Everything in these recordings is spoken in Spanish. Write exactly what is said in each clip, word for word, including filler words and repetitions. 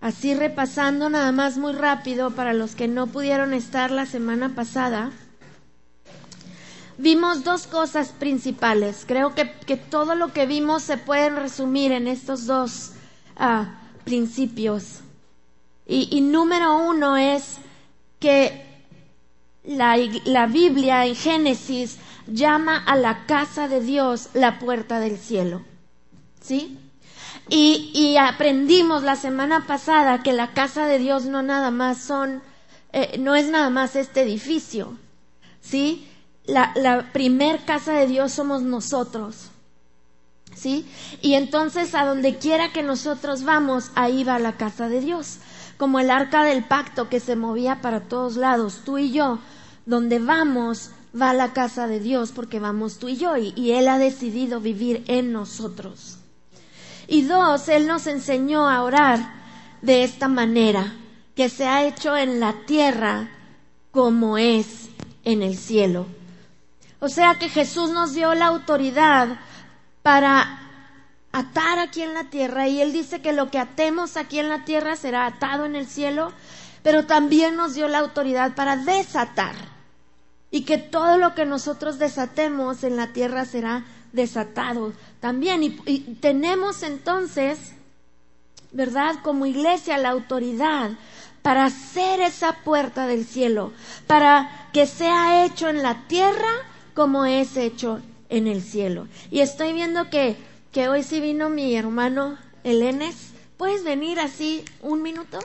Así repasando nada más muy rápido para los que no pudieron estar la semana pasada, vimos dos cosas principales. Creo que, que todo lo que vimos se puede resumir en estos dos uh, principios. Y, y número uno es que la, la Biblia en Génesis llama a la casa de Dios la puerta del cielo. ¿Sí? Y, y aprendimos la semana pasada que la casa de Dios no nada más son, eh, no es nada más este edificio, ¿sí? La, la primer casa de Dios somos nosotros, ¿sí? Y entonces a donde quiera que nosotros vamos, ahí va la casa de Dios, como el arca del pacto que se movía para todos lados. Tú y yo, donde vamos, va la casa de Dios porque vamos tú y yo, y, y Él ha decidido vivir en nosotros. Y dos, Él nos enseñó a orar de esta manera, que se ha hecho en la tierra como es en el cielo. O sea que Jesús nos dio la autoridad para atar aquí en la tierra, y Él dice que lo que atemos aquí en la tierra será atado en el cielo, pero también nos dio la autoridad para desatar, y que todo lo que nosotros desatemos en la tierra será desatado también. Y, y tenemos entonces, ¿verdad?, como iglesia la autoridad para hacer esa puerta del cielo, para que sea hecho en la tierra como es hecho en el cielo. Y estoy viendo que, que hoy sí vino mi hermano Elenes. ¿Puedes venir así un minuto?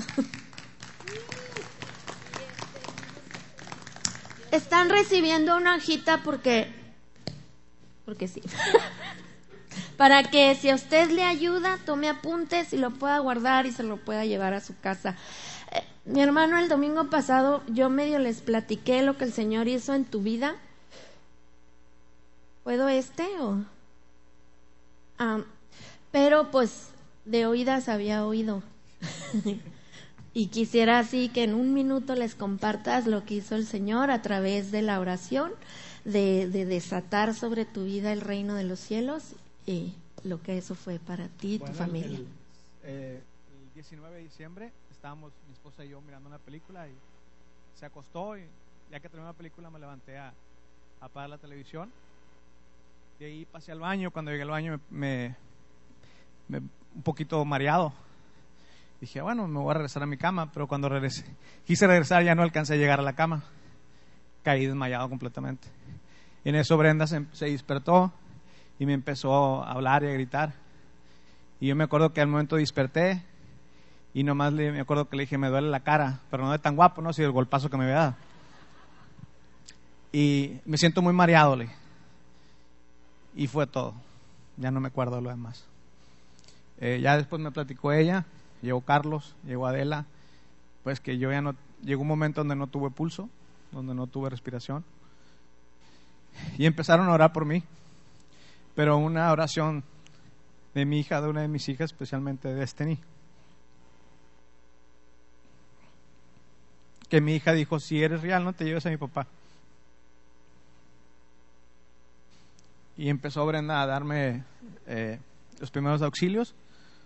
Están recibiendo una hojita porque porque sí, para que si a usted le ayuda, tome apuntes y lo pueda guardar y se lo pueda llevar a su casa. Eh, mi hermano, el domingo pasado yo medio les platiqué lo que el Señor hizo en tu vida. ¿Puedo este o...? Ah, pero pues de oídas había oído. Y quisiera así que en un minuto les compartas lo que hizo el Señor a través de la oración, de, de desatar sobre tu vida el reino de los cielos, y lo que eso fue para ti y bueno, tu familia. El, eh, el diecinueve de diciembre estábamos mi esposa y yo mirando una película y se acostó, y ya que terminó la película me levanté a, a apagar la televisión, y ahí pasé al baño. Cuando llegué al baño me, me, me un poquito mareado. Dije, bueno, me voy a regresar a mi cama, pero cuando regresé, quise regresar, ya no alcancé a llegar a la cama. Caí desmayado completamente. Y en eso Brenda se, se despertó y me empezó a hablar y a gritar. Y yo me acuerdo que al momento desperté y nomás le, me acuerdo que le dije, me duele la cara, pero no de tan guapo, ¿no? Si el golpazo que me había dado. Y me siento muy mareado, le. Y fue todo. Ya no me acuerdo de lo demás. Eh, ya después me platicó ella. Llegó Carlos, llegó Adela, pues que yo ya no, llegó un momento donde no tuve pulso, donde no tuve respiración, y empezaron a orar por mí, pero una oración de mi hija, de una de mis hijas, especialmente de Destiny, que mi hija dijo, si eres real no te lleves a mi papá. Y empezó Brenda a darme eh, los primeros auxilios,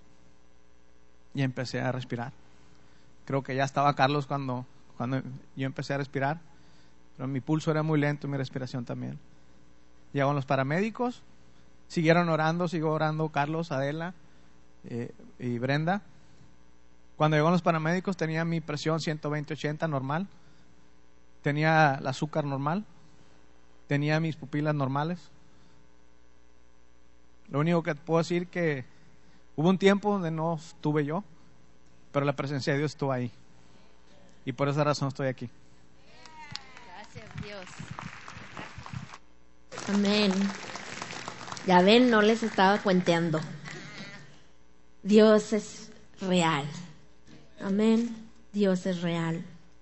y empecé a respirar. Creo que ya estaba Carlos cuando, cuando yo empecé a respirar, pero mi pulso era muy lento y mi respiración también. Llegaron los paramédicos, siguieron orando, siguió orando Carlos, Adela eh, y Brenda. Cuando llegaron los paramédicos tenía mi presión ciento veinte ochenta normal, tenía el azúcar normal, tenía mis pupilas normales. Lo único que puedo decir que hubo un tiempo donde no estuve yo, pero la presencia de Dios estuvo ahí. Y por esa razón estoy aquí. Gracias, Dios. Amén. Ya ven, no les estaba cuenteando. Dios es real. Amén. Dios es real.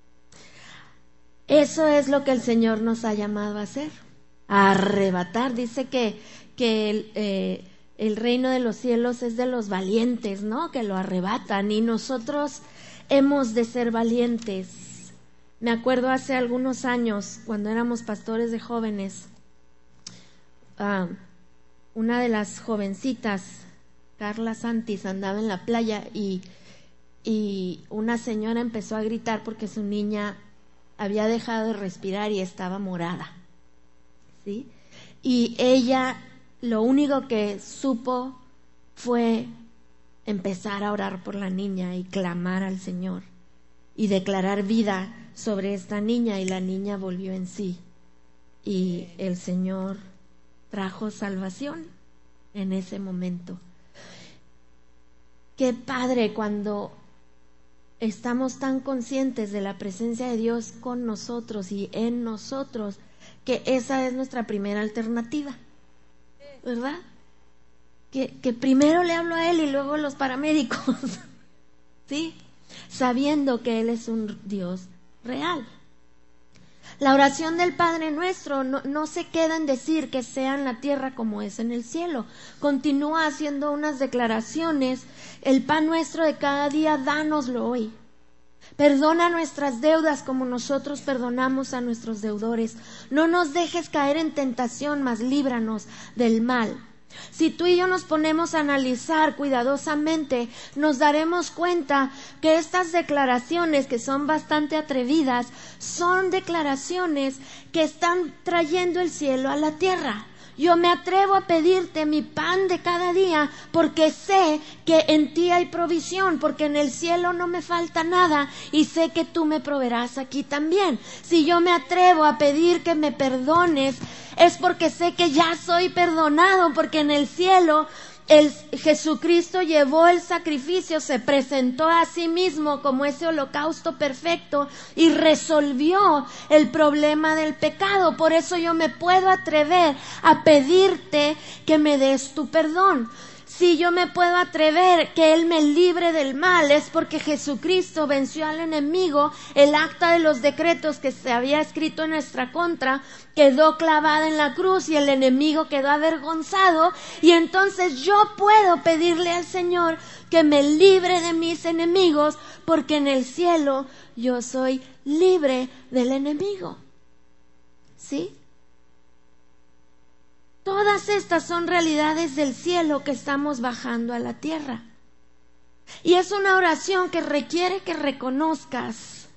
Eso es lo que el Señor nos ha llamado a hacer. A arrebatar. Dice que, que el... Eh, El reino de los cielos es de los valientes, ¿no? Que lo arrebatan, y nosotros hemos de ser valientes. Me acuerdo hace algunos años, cuando éramos pastores de jóvenes, uh, una de las jovencitas, Carla Santis, andaba en la playa y, y una señora empezó a gritar porque su niña había dejado de respirar y estaba morada, ¿sí? Y ella lo único que supo fue empezar a orar por la niña y clamar al Señor y declarar vida sobre esta niña, y la niña volvió en sí y el Señor trajo salvación en ese momento. Qué padre cuando estamos tan conscientes de la presencia de Dios con nosotros y en nosotros, que esa es nuestra primera alternativa, ¿verdad? Que, que primero le hablo a Él y luego a los paramédicos, ¿sí? Sabiendo que Él es un Dios real. La oración del Padre Nuestro no, no se queda en decir que sea en la tierra como es en el cielo. Continúa haciendo unas declaraciones. El pan nuestro de cada día, dánoslo hoy. Perdona nuestras deudas como nosotros perdonamos a nuestros deudores. No nos dejes caer en tentación, mas líbranos del mal. Si tú y yo nos ponemos a analizar cuidadosamente, nos daremos cuenta que estas declaraciones, que son bastante atrevidas, son declaraciones que están trayendo el cielo a la tierra. Yo me atrevo a pedirte mi pan de cada día porque sé que en ti hay provisión, porque en el cielo no me falta nada y sé que tú me proveerás aquí también. Si yo me atrevo a pedir que me perdones, es porque sé que ya soy perdonado, porque en el cielo el Jesucristo llevó el sacrificio, se presentó a sí mismo como ese holocausto perfecto y resolvió el problema del pecado. Por eso yo me puedo atrever a pedirte que me des tu perdón. Si yo me puedo atrever que Él me libre del mal, es porque Jesucristo venció al enemigo. El acta de los decretos que se había escrito en nuestra contra quedó clavada en la cruz y el enemigo quedó avergonzado. Y entonces yo puedo pedirle al Señor que me libre de mis enemigos, porque en el cielo yo soy libre del enemigo. ¿Sí? Todas estas son realidades del cielo que estamos bajando a la tierra. Y es una oración que requiere que reconozcas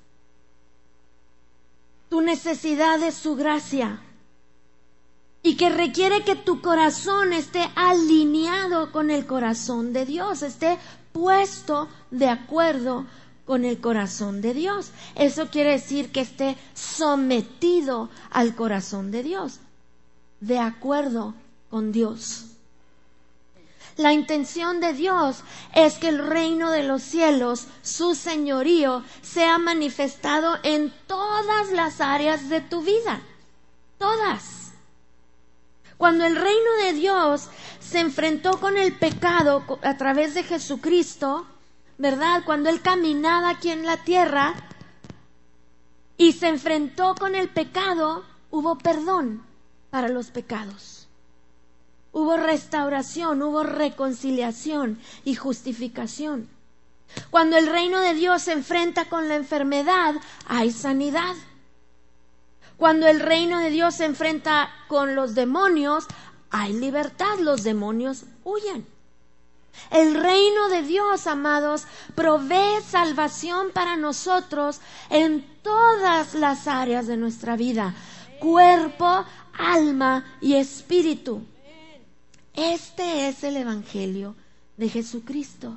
tu necesidad de su gracia y que requiere que tu corazón esté alineado con el corazón de Dios, esté puesto de acuerdo con el corazón de Dios. Eso quiere decir que esté sometido al corazón de Dios, de acuerdo con Dios. La intención de Dios es que el reino de los cielos, su señorío, sea manifestado en todas las áreas de tu vida. Todas. Cuando el reino de Dios se enfrentó con el pecado a través de Jesucristo, ¿verdad? Cuando Él caminaba aquí en la tierra y se enfrentó con el pecado, hubo perdón para los pecados. Hubo restauración, hubo reconciliación y justificación. Cuando el reino de Dios se enfrenta con la enfermedad, hay sanidad. Cuando el reino de Dios se enfrenta con los demonios, hay libertad, los demonios huyen. El reino de Dios, amados, provee salvación para nosotros en todas las áreas de nuestra vida: cuerpo, alma y espíritu. Este es el Evangelio de Jesucristo.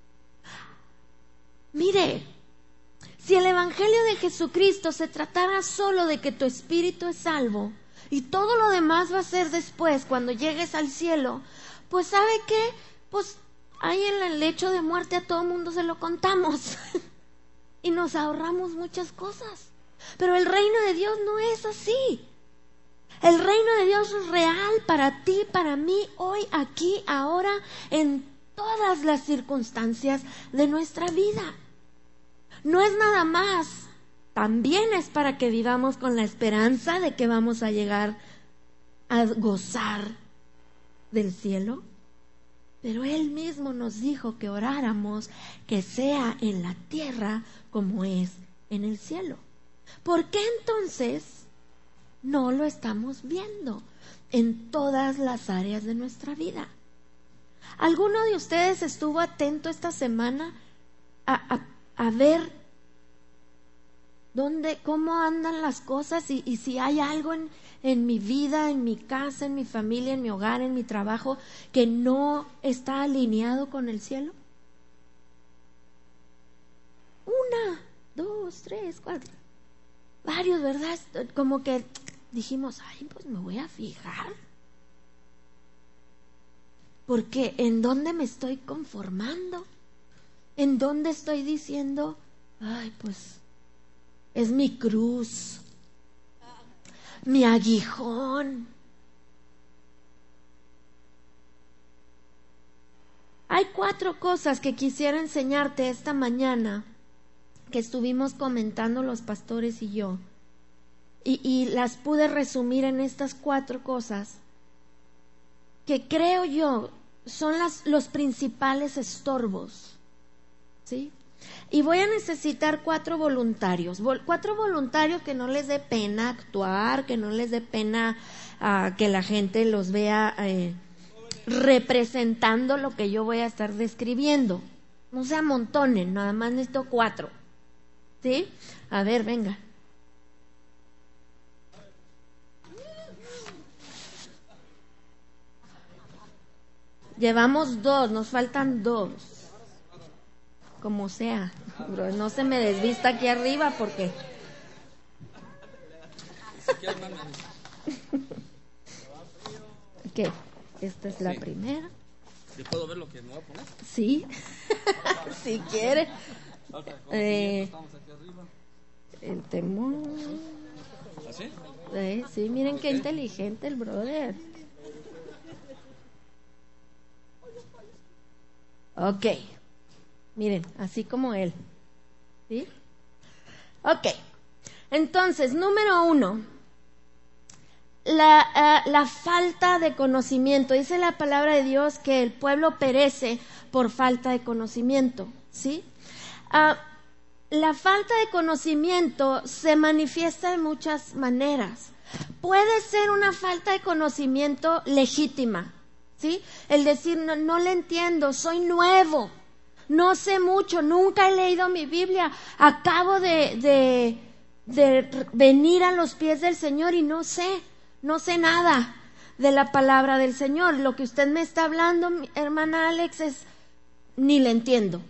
Mire, si el Evangelio de Jesucristo se tratara solo de que tu espíritu es salvo y todo lo demás va a ser después, cuando llegues al cielo, pues ¿sabe qué? Pues ahí en el lecho de muerte a todo mundo se lo contamos y nos ahorramos muchas cosas. Pero el reino de Dios no es así. El reino de Dios es real para ti, para mí, hoy, aquí, ahora, en todas las circunstancias de nuestra vida. No es nada más, también es para que vivamos con la esperanza de que vamos a llegar a gozar del cielo. Pero Él mismo nos dijo que oráramos que sea en la tierra como es en el cielo. ¿Por qué entonces no lo estamos viendo en todas las áreas de nuestra vida? ¿Alguno de ustedes estuvo atento esta semana a, a, a ver dónde, cómo andan las cosas y, y si hay algo en, en mi vida, en mi casa, en mi familia, en mi hogar, en mi trabajo, que no está alineado con el cielo. Una, dos, tres, cuatro, varios, ¿verdad? Como que dijimos, ay, pues me voy a fijar. Porque ¿en dónde me estoy conformando? ¿En dónde estoy diciendo, ay, pues es mi cruz, mi aguijón? Hay cuatro cosas que quisiera enseñarte esta mañana que estuvimos comentando los pastores y yo, y, y las pude resumir en estas cuatro cosas que creo yo son las, los principales estorbos, ¿sí? Y voy a necesitar cuatro voluntarios, vol- cuatro voluntarios que no les dé pena actuar, que no les dé pena uh, que la gente los vea eh, representando lo que yo voy a estar describiendo. No se amontonen, nada más necesito cuatro, ¿sí? A ver, venga. Llevamos dos, nos faltan dos. Como sea, bro, no se me desvista aquí arriba porque... ¿Qué? Esta es la sí. primera. ¿Yo puedo ver lo que me voy a poner? Sí, si quiere. Eh, el temor. ¿Así? Eh, sí, miren okay. Qué inteligente el brother. Ok, miren, así como él, ¿sí? Ok, entonces, número uno, la, uh, la falta de conocimiento. Dice la palabra de Dios que el pueblo perece por falta de conocimiento, ¿sí? Uh, la falta de conocimiento se manifiesta de muchas maneras. Puede ser una falta de conocimiento legítima, ¿sí? El decir, no, no le entiendo, soy nuevo, no sé mucho, nunca he leído mi Biblia, acabo de, de, de venir a los pies del Señor y no sé, no sé nada de la palabra del Señor. Lo que usted me está hablando, hermana Alex, es, ni le entiendo.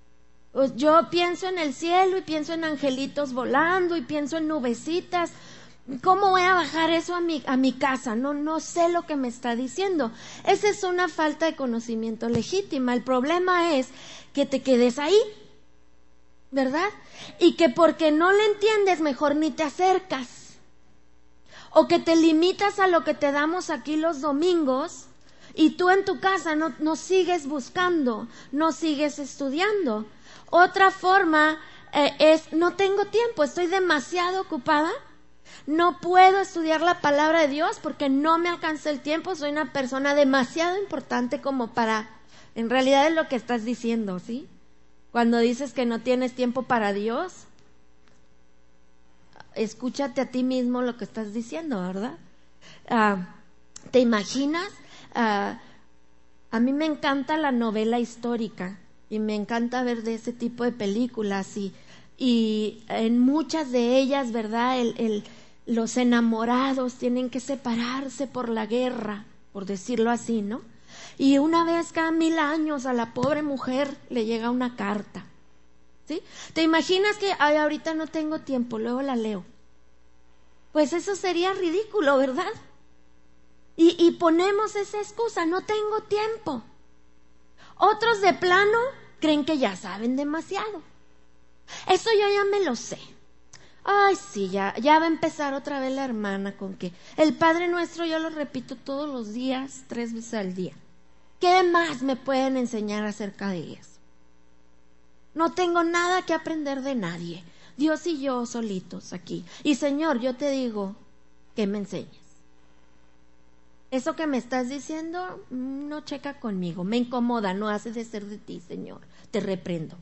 Yo pienso en el cielo y pienso en angelitos volando y pienso en nubecitas. ¿Cómo voy a bajar eso a mi, a mi casa? No, no sé lo que me está diciendo. Esa es una falta de conocimiento legítima. El problema es que te quedes ahí, ¿verdad? Y que porque no le entiendes, mejor ni te acercas. O que te limitas a lo que te damos aquí los domingos y tú en tu casa no, no sigues buscando, no sigues estudiando. Otra forma eh, es, no tengo tiempo, estoy demasiado ocupada. No puedo estudiar la palabra de Dios porque no me alcanza el tiempo. Soy una persona demasiado importante como para... En realidad es lo que estás diciendo, ¿sí? Cuando dices que no tienes tiempo para Dios, escúchate a ti mismo lo que estás diciendo, ¿verdad? Uh, ¿Te imaginas? Uh, a mí me encanta la novela histórica y me encanta ver de ese tipo de películas y, y en muchas de ellas, ¿verdad? El... el los enamorados tienen que separarse por la guerra, por decirlo así, ¿no? Y una vez cada mil años a la pobre mujer le llega una carta, ¿sí? ¿Te imaginas que ay, ahorita no tengo tiempo, luego la leo? Pues eso sería ridículo, ¿verdad? Y, y ponemos esa excusa, no tengo tiempo. Otros de plano creen que ya saben demasiado. Eso yo ya me lo sé. Ay, sí, ya, ya va a empezar otra vez la hermana con que el Padre Nuestro yo lo repito todos los días, tres veces al día. ¿Qué más me pueden enseñar acerca de eso? No tengo nada que aprender de nadie. Dios y yo solitos aquí. Y Señor, yo te digo que me enseñes. Eso que me estás diciendo no checa conmigo, me incomoda, no hace de ser de ti, Señor. Te reprendo.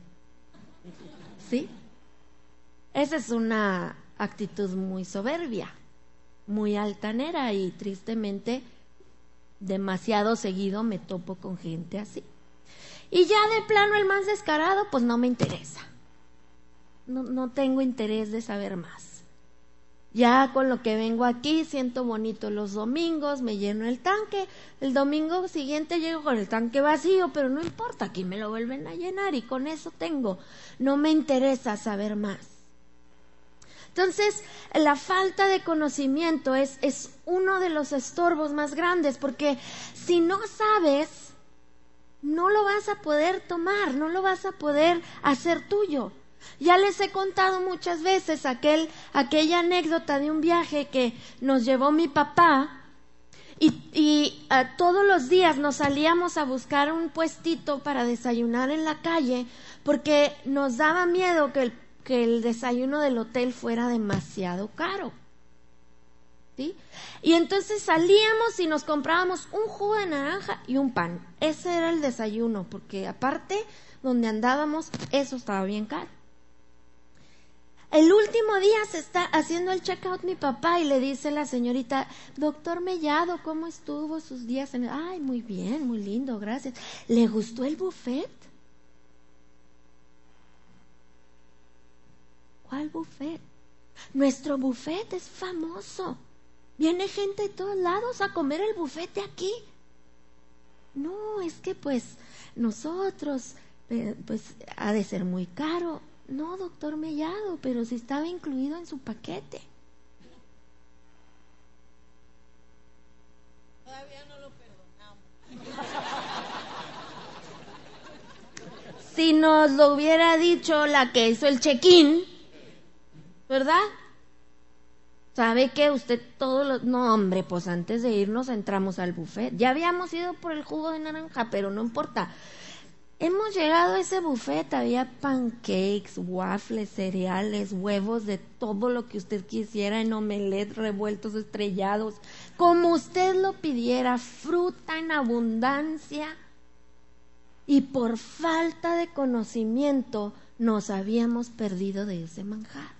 ¿Sí? Esa es una actitud muy soberbia, muy altanera y tristemente demasiado seguido me topo con gente así. Y ya de plano el más descarado, pues no me interesa. No, no tengo interés de saber más. Ya con lo que vengo aquí, siento bonito los domingos, me lleno el tanque. El domingo siguiente llego con el tanque vacío, pero no importa, aquí me lo vuelven a llenar y con eso tengo. No me interesa saber más. Entonces, la falta de conocimiento es, es uno de los estorbos más grandes, porque si no sabes, no lo vas a poder tomar, no lo vas a poder hacer tuyo. Ya les he contado muchas veces aquel, aquella anécdota de un viaje que nos llevó mi papá y, y uh, todos los días nos salíamos a buscar un puestito para desayunar en la calle porque nos daba miedo que el, que el desayuno del hotel fuera demasiado caro. ¿Sí? Y entonces salíamos y nos comprábamos un jugo de naranja y un pan. Ese era el desayuno, porque aparte donde andábamos eso estaba bien caro. El último día se está haciendo el check-out mi papá y le dice la señorita, doctor Mellado, ¿cómo estuvo sus días? En el... Ay, muy bien, muy lindo, gracias. ¿Le gustó el buffet? ¿Cuál buffet? Nuestro buffet es famoso. Viene gente de todos lados a comer el buffet de aquí. No, es que pues nosotros, eh, pues ha de ser muy caro. No, doctor Mellado, pero si estaba incluido en su paquete. Todavía no lo perdonamos. Si nos lo hubiera dicho la que hizo el check-in, ¿verdad? ¿Sabe que usted todos los... No, hombre, pues antes de irnos entramos al buffet. Ya habíamos ido por el jugo de naranja, pero no importa. Hemos llegado a ese buffet, había pancakes, waffles, cereales, huevos, de todo lo que usted quisiera, en omelette, revueltos, estrellados, como usted lo pidiera, fruta en abundancia. Y por falta de conocimiento nos habíamos perdido de ese manjar.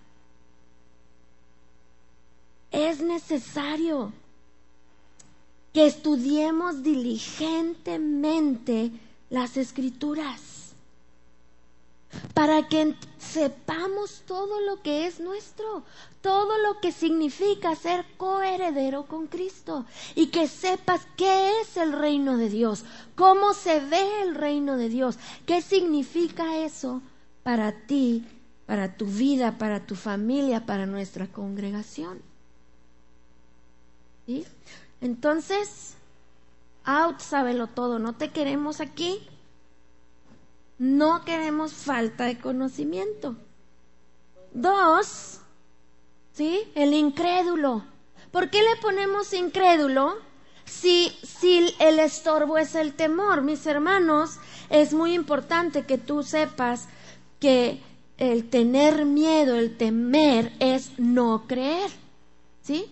Es necesario que estudiemos diligentemente las Escrituras para que sepamos todo lo que es nuestro, todo lo que significa ser coheredero con Cristo, y que sepas qué es el reino de Dios, cómo se ve el reino de Dios, qué significa eso para ti, para tu vida, para tu familia, para nuestra congregación. ¿Sí? Entonces, out, sábelo todo, no te queremos aquí, no queremos falta de conocimiento. Dos, ¿sí? El incrédulo. ¿Por qué le ponemos incrédulo si, si el estorbo es el temor? Mis hermanos, es muy importante que tú sepas que el tener miedo, el temer, es no creer, ¿sí?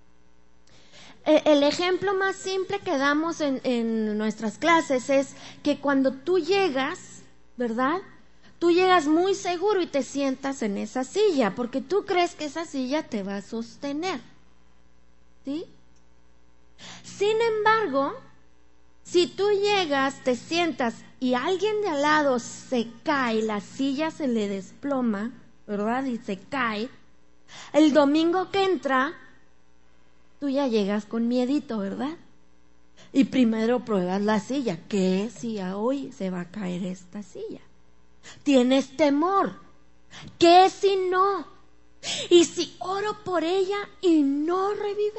El ejemplo más simple que damos en, en nuestras clases es que cuando tú llegas, ¿verdad? Tú llegas muy seguro y te sientas en esa silla, porque tú crees que esa silla te va a sostener, ¿sí? Sin embargo, si tú llegas, te sientas y alguien de al lado se cae, la silla se le desploma, ¿verdad? Y se cae, el domingo que entra, tú ya llegas con miedito, ¿verdad? Y primero pruebas la silla. ¿Qué si a hoy se va a caer esta silla? Tienes temor. ¿Qué si no? ¿Y si oro por ella y no revive?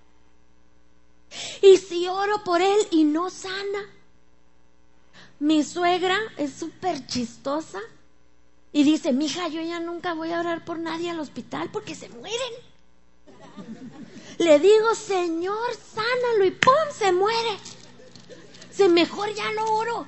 ¿Y si oro por él y no sana? Mi suegra es súper chistosa y dice, mija, yo ya nunca voy a orar por nadie al hospital porque se mueren. Le digo, Señor, sánalo, y ¡pum!, se muere. Se mejor ya no oro.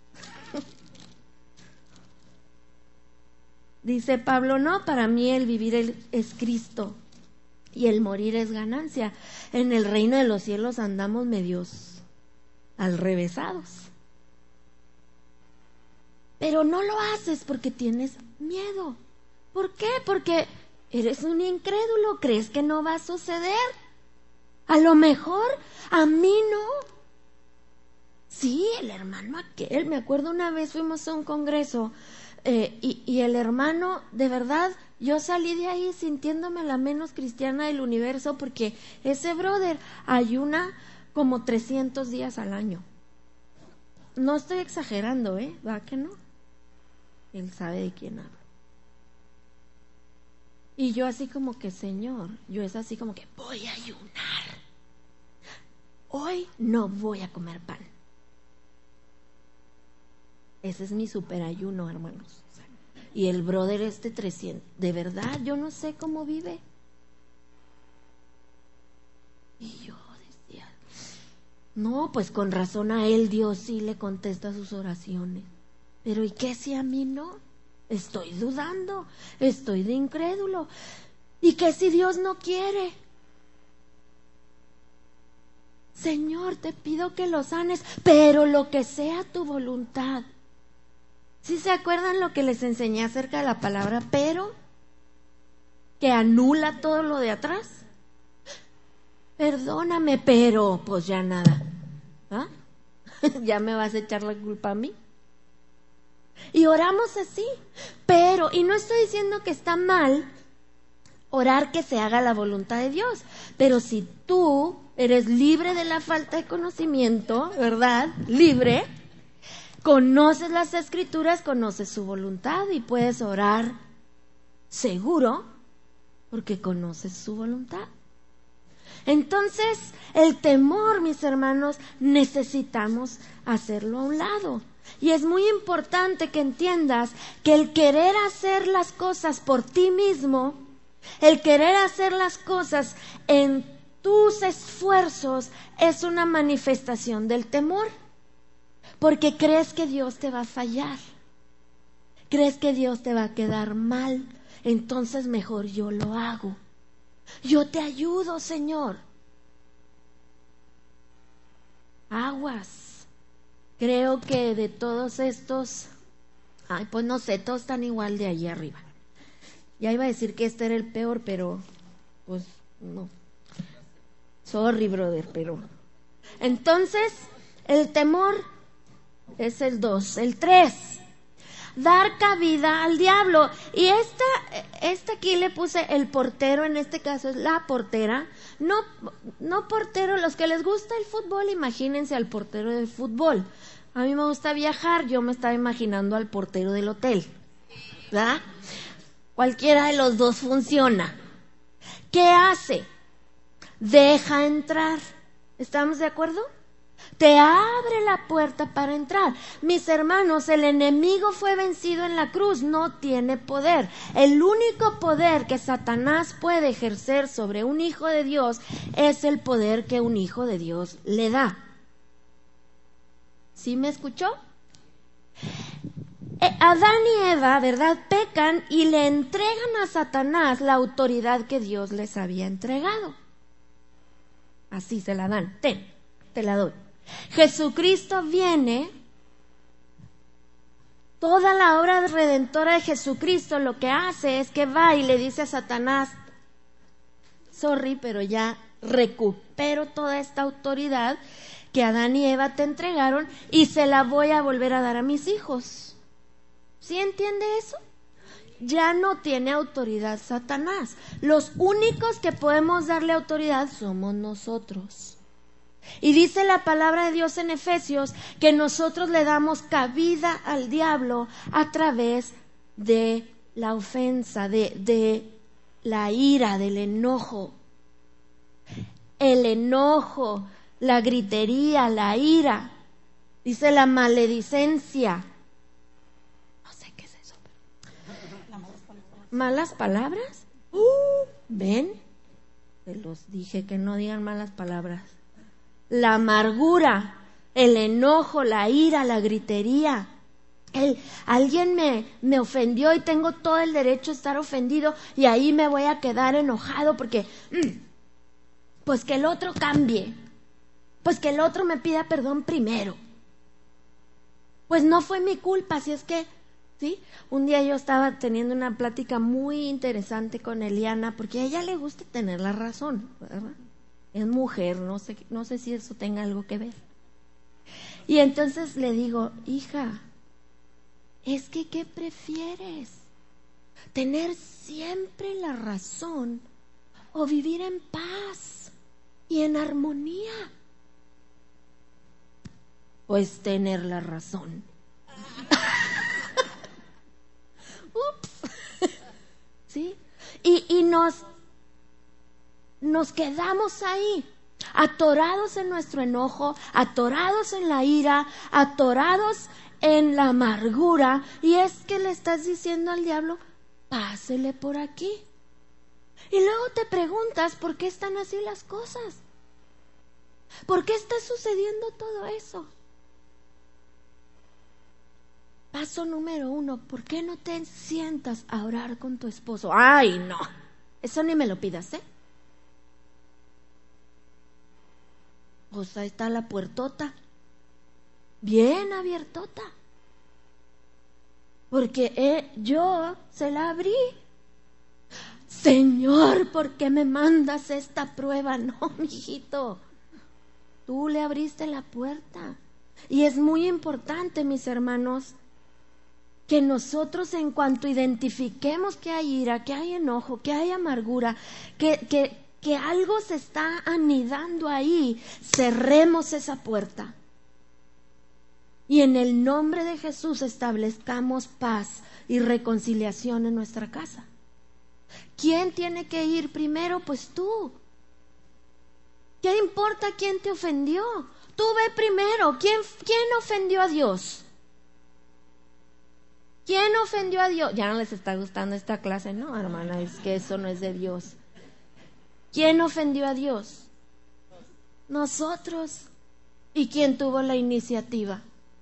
Dice Pablo, no, para mí el vivir es Cristo y el morir es ganancia. En el reino de los cielos andamos medios alrevesados. Pero no lo haces porque tienes miedo. ¿Por qué? Porque eres un incrédulo, crees que no va a suceder. A lo mejor a mí no. Sí, el hermano aquel, me acuerdo una vez fuimos a un congreso eh, y, y el hermano, de verdad, yo salí de ahí sintiéndome la menos cristiana del universo porque ese brother ayuna como trescientos días al año. No estoy exagerando, ¿eh? ¿Va que no? Él sabe de quién hablo. Y yo así como que, Señor, yo es así como que voy a ayunar. Hoy no voy a comer pan. Ese es mi super ayuno, hermanos. Y el brother este trescientos, de verdad, yo no sé cómo vive. Y yo decía, no, pues con razón a él Dios sí le contesta sus oraciones. Pero ¿y qué si a mí no? Estoy dudando, estoy de incrédulo. ¿Y qué si Dios no quiere? Señor, te pido que lo sanes, pero lo que sea tu voluntad. ¿Sí se acuerdan lo que les enseñé acerca de la palabra pero? Que anula todo lo de atrás. Perdóname, pero pues ya nada. ¿Ah? ¿Ya me vas a echar la culpa a mí? Y oramos así, pero, y no estoy diciendo que está mal orar que se haga la voluntad de Dios, pero si tú eres libre de la falta de conocimiento, ¿verdad? Libre, conoces las escrituras, conoces su voluntad y puedes orar seguro porque conoces su voluntad. Entonces, el temor, mis hermanos, necesitamos hacerlo a un lado. Y es muy importante que entiendas que el querer hacer las cosas por ti mismo, el querer hacer las cosas en tus esfuerzos, es una manifestación del temor. Porque crees que Dios te va a fallar. Crees que Dios te va a quedar mal. Entonces mejor yo lo hago. Yo te ayudo, Señor. Aguas. Creo que de todos estos, ay, pues no sé, todos están igual de allí arriba. Ya iba a decir que este era el peor, pero pues no. Sorry, brother, pero entonces el temor es el dos. El tres, dar cabida al diablo. Y esta, esta aquí le puse el portero, en este caso es la portera. No, no portero, los que les gusta el fútbol, imagínense al portero del fútbol. A mí me gusta viajar, yo me estaba imaginando al portero del hotel, ¿verdad? Cualquiera de los dos funciona. ¿Qué hace? Deja entrar. ¿Estamos de acuerdo? Te abre la puerta para entrar. Mis hermanos, el enemigo fue vencido en la cruz, no tiene poder. El único poder que Satanás puede ejercer sobre un hijo de Dios es el poder que un hijo de Dios le da. ¿Sí me escuchó? Eh, Adán y Eva, ¿verdad? Pecan y le entregan a Satanás la autoridad que Dios les había entregado. Así se la dan. Ten, te la doy. Jesucristo viene, toda la obra redentora de Jesucristo lo que hace es que va y le dice a Satanás, sorry, pero ya recupero toda esta autoridad que Adán y Eva te entregaron y se la voy a volver a dar a mis hijos. ¿Sí entiende eso? Ya no tiene autoridad Satanás. Los únicos que podemos darle autoridad somos nosotros. Y dice la palabra de Dios en Efesios que nosotros le damos cabida al diablo a través de la ofensa, de, de la ira, del enojo. El enojo, la gritería, la ira, dice la maledicencia. No sé qué es eso. Pero... ¿Malas palabras? Uh, ¿Ven? Se los dije que no digan malas palabras. La amargura, el enojo, la ira, la gritería. El, alguien me, me ofendió y tengo todo el derecho a estar ofendido y ahí me voy a quedar enojado porque, mm, pues que el otro cambie, pues que el otro me pida perdón primero. Pues no fue mi culpa, si es que, ¿sí? Un día yo estaba teniendo una plática muy interesante con Eliana porque a ella le gusta tener la razón, ¿verdad? Es mujer, no sé, no sé si eso tenga algo que ver. Y entonces le digo, hija, es que ¿qué prefieres? ¿Tener siempre la razón o vivir en paz y en armonía? Pues tener la razón. Ups. ¿Sí? Y, y nos, nos quedamos ahí, atorados en nuestro enojo, atorados en la ira, atorados en la amargura. Y es que le estás diciendo al diablo, pásele por aquí. Y luego te preguntas, ¿por qué están así las cosas? ¿Por qué está sucediendo todo eso? Paso número uno, ¿por qué no te sientas a orar con tu esposo? Ay, no, eso ni me lo pidas, ¿eh? Pues ahí está la puertota, bien abiertota, porque eh, yo se la abrí. Señor, ¿por qué me mandas esta prueba? No, mijito, tú le abriste la puerta. Y es muy importante, mis hermanos, que nosotros, en cuanto identifiquemos que hay ira, que hay enojo, que hay amargura, que, que, que algo se está anidando ahí, cerremos esa puerta. Y en el nombre de Jesús establezcamos paz y reconciliación en nuestra casa. ¿Quién tiene que ir primero? Pues tú. ¿Qué importa quién te ofendió? Tú ve primero. ¿Quién, quién ofendió a Dios? ¿Quién ofendió a Dios? Ya no les está gustando esta clase, ¿no, hermana? Es que eso no es de Dios. ¿Quién ofendió a Dios? Nosotros. ¿Y quién tuvo la iniciativa?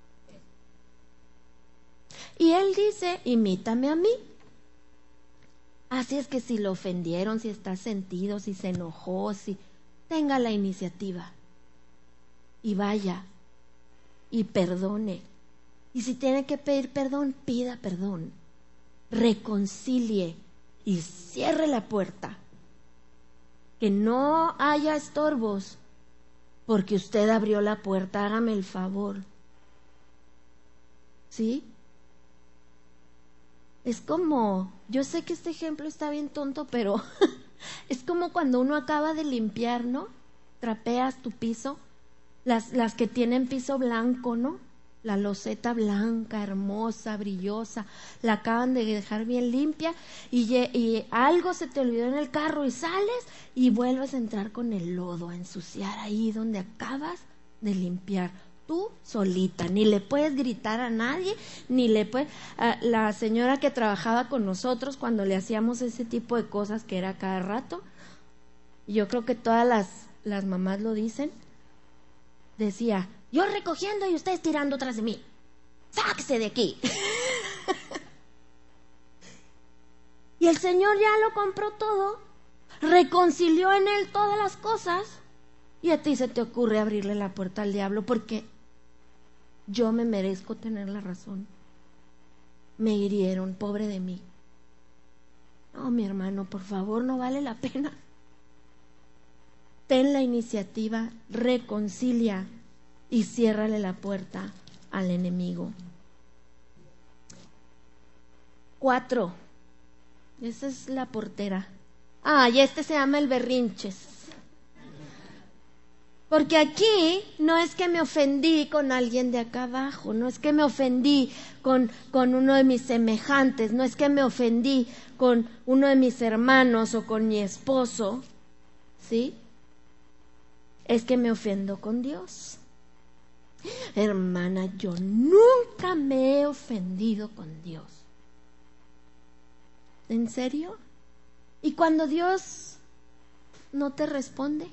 Y Él dice, imítame a mí. Así es que si lo ofendieron, si está sentido, si se enojó, si tenga la iniciativa y vaya y perdone. Y si tiene que pedir perdón, pida perdón, reconcilie y cierre la puerta. Que no haya estorbos porque usted abrió la puerta, hágame el favor. ¿Sí? Es como, yo sé que este ejemplo está bien tonto, pero es como cuando uno acaba de limpiar, ¿no? Trapeas tu piso, las, las que tienen piso blanco, ¿no? La loseta blanca, hermosa, brillosa, la acaban de dejar bien limpia y, y algo se te olvidó en el carro y sales y vuelves a entrar con el lodo a ensuciar ahí donde acabas de limpiar. Tú solita, ni le puedes gritar a nadie, ni le puedes... Uh, la señora que trabajaba con nosotros cuando le hacíamos ese tipo de cosas que era cada rato, yo creo que todas las, las mamás lo dicen, decía, yo recogiendo y ustedes tirando atrás de mí, sáquese de aquí. Y el Señor ya lo compró todo, reconcilió en Él todas las cosas, y a ti se te ocurre abrirle la puerta al diablo porque yo me merezco tener la razón. Me hirieron, pobre de mí. No, mi hermano, por favor, no vale la pena. Ten la iniciativa, reconcilia y ciérrale la puerta al enemigo. Cuatro. Esa es la portera. Ah, y este se llama el berrinches. Porque aquí no es que me ofendí con alguien de acá abajo, no es que me ofendí con, con uno de mis semejantes, no es que me ofendí con uno de mis hermanos o con mi esposo, ¿sí? Es que me ofendo con Dios. Hermana, yo nunca me he ofendido con Dios. ¿En serio? ¿Y cuando Dios no te responde?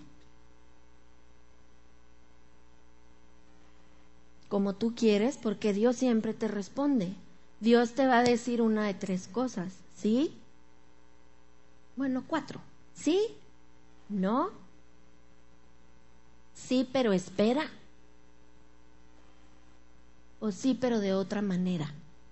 Como tú quieres, porque Dios siempre te responde. Dios te va a decir una de tres cosas, ¿sí? Bueno, cuatro. ¿Sí? ¿No? Sí, pero espera. O sí, pero de otra manera.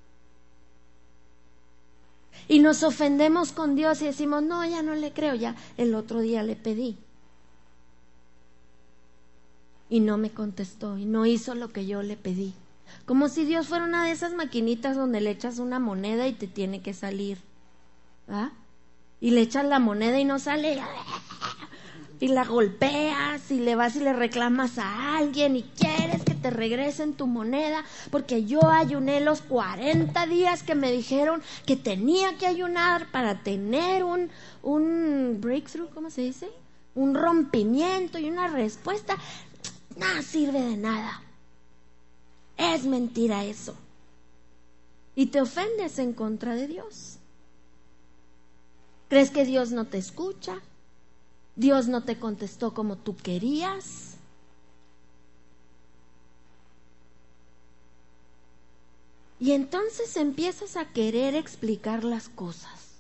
Y nos ofendemos con Dios y decimos, no, ya no le creo, ya el otro día le pedí. y no me contestó y no hizo lo que yo le pedí. Como si Dios fuera una de esas maquinitas donde le echas una moneda y te tiene que salir. ¿Ah? Y le echas la moneda y no sale. Y la golpeas y le vas y le reclamas a alguien y quieres que te regresen tu moneda porque yo ayuné los cuarenta días que me dijeron que tenía que ayunar para tener un, un breakthrough, ¿cómo se dice? Un rompimiento y una respuesta. No sirve de nada. Es mentira eso. Y te ofendes en contra de Dios. ¿Crees que Dios no te escucha? ¿Dios no te contestó como tú querías? Y entonces empiezas a querer explicar las cosas.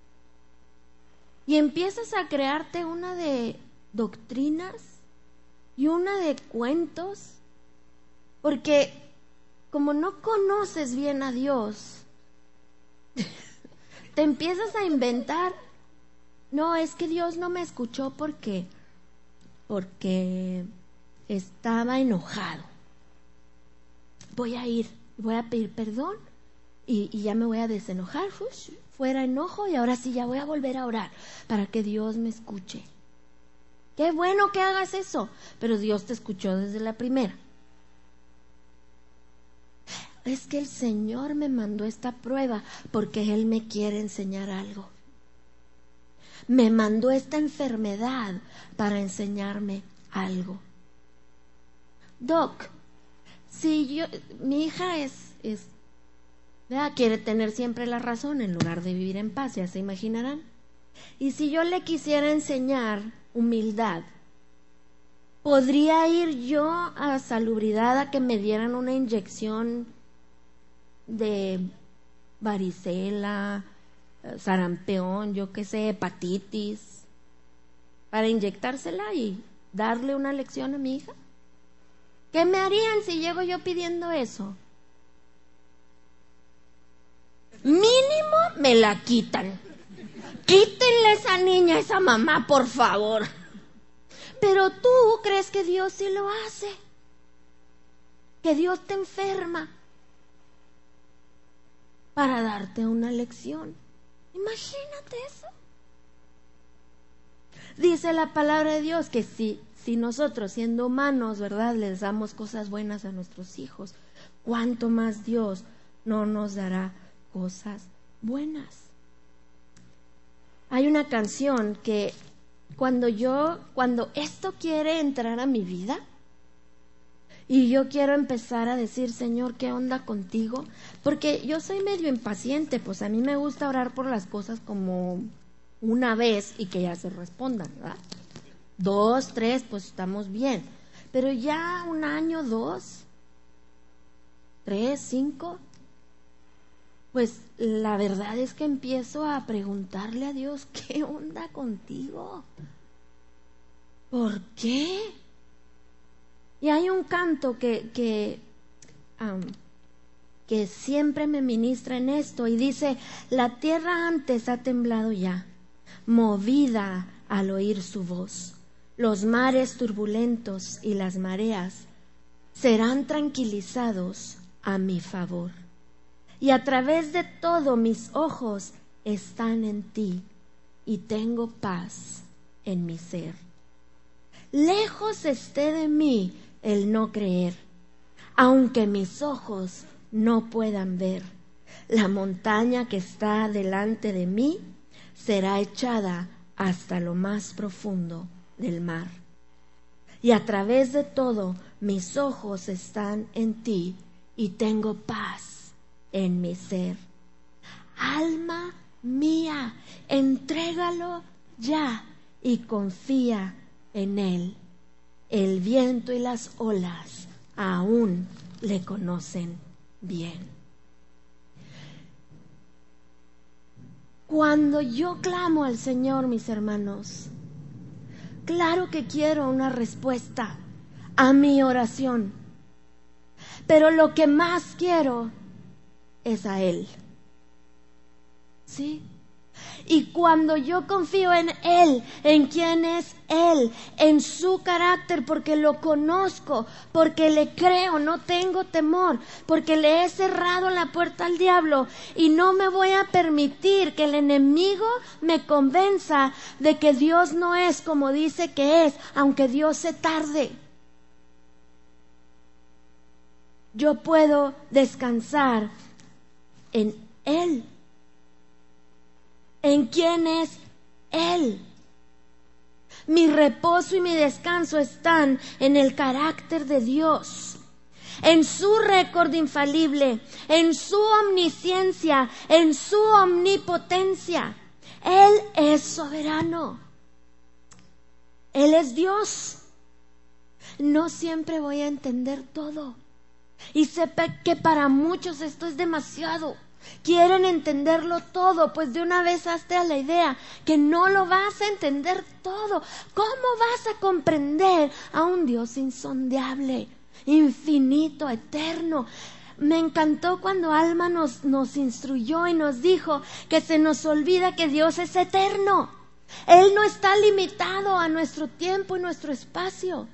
Y empiezas a crearte una de doctrinas y una de cuentos. Porque como no conoces bien a Dios, te empiezas a inventar. No, es que Dios no me escuchó porque, porque estaba enojado. Voy a ir, voy a pedir perdón y, y ya me voy a desenojar. Ush, fuera enojo y ahora sí ya voy a volver a orar para que Dios me escuche. Qué bueno que hagas eso, pero Dios te escuchó desde la primera. Es que el Señor me mandó esta prueba porque Él me quiere enseñar algo. Me mandó esta enfermedad para enseñarme algo. Doc, si yo, mi hija es, es ¿verdad? Quiere tener siempre la razón en lugar de vivir en paz, ya se imaginarán. Y si yo le quisiera enseñar humildad, ¿podría ir yo a Salubridad a que me dieran una inyección de varicela, sarampión, yo qué sé, hepatitis, para inyectársela y darle una lección a mi hija? ¿Qué me harían si llego yo pidiendo eso? Mínimo me la quitan. Quítenle a esa niña, a esa mamá, por favor. Pero tú crees que Dios sí lo hace, que Dios te enferma para darte una lección. Imagínate eso. Dice la palabra de Dios que si, si nosotros siendo humanos, ¿verdad?, les damos cosas buenas a nuestros hijos, ¿cuánto más Dios no nos dará cosas buenas? Hay una canción que cuando yo, cuando esto quiere entrar a mi vida y yo quiero empezar a decir, Señor, ¿qué onda contigo? Porque yo soy medio impaciente, pues a mí me gusta orar por las cosas como una vez y que ya se respondan, ¿verdad? Dos, tres, pues estamos bien. Pero ya un año, dos, tres, cinco, pues la verdad es que empiezo a preguntarle a Dios, ¿qué onda contigo? ¿Por qué? Y hay un canto que, que, um, que siempre me ministra en esto y dice, la tierra antes ha temblado ya, movida al oír su voz. Los mares turbulentos y las mareas serán tranquilizados a mi favor. Y a través de todo mis ojos están en ti y tengo paz en mi ser. Lejos esté de mí el no creer, aunque mis ojos no puedan ver. La montaña que está delante de mí será echada hasta lo más profundo del mar. Y a través de todo mis ojos están en ti y tengo paz en mi ser. Alma mía, entrégalo ya y confía en Él. El viento y las olas aún le conocen bien. Cuando yo clamo al Señor, mis hermanos, claro que quiero una respuesta a mi oración, pero lo que más quiero es a Él. ¿Sí? Y cuando yo confío en Él, en quién es Él, en su carácter, porque lo conozco, porque le creo, no tengo temor, porque le he cerrado la puerta al diablo y no me voy a permitir que el enemigo me convenza de que Dios no es como dice que es, aunque Dios se tarde. Yo puedo descansar en Él. ¿En quién es Él? Mi reposo y mi descanso están en el carácter de Dios, en su récord infalible, en su omnisciencia, en su omnipotencia. Él es soberano. Él es Dios. No siempre voy a entender todo. Y sé que para muchos esto es demasiado. Quieren entenderlo todo, pues de una vez hazte a la idea que no lo vas a entender todo. ¿Cómo vas a comprender a un Dios insondable, infinito, eterno? Me encantó cuando Alma nos, nos instruyó y nos dijo que se nos olvida que Dios es eterno. Él no está limitado a nuestro tiempo y nuestro espacio.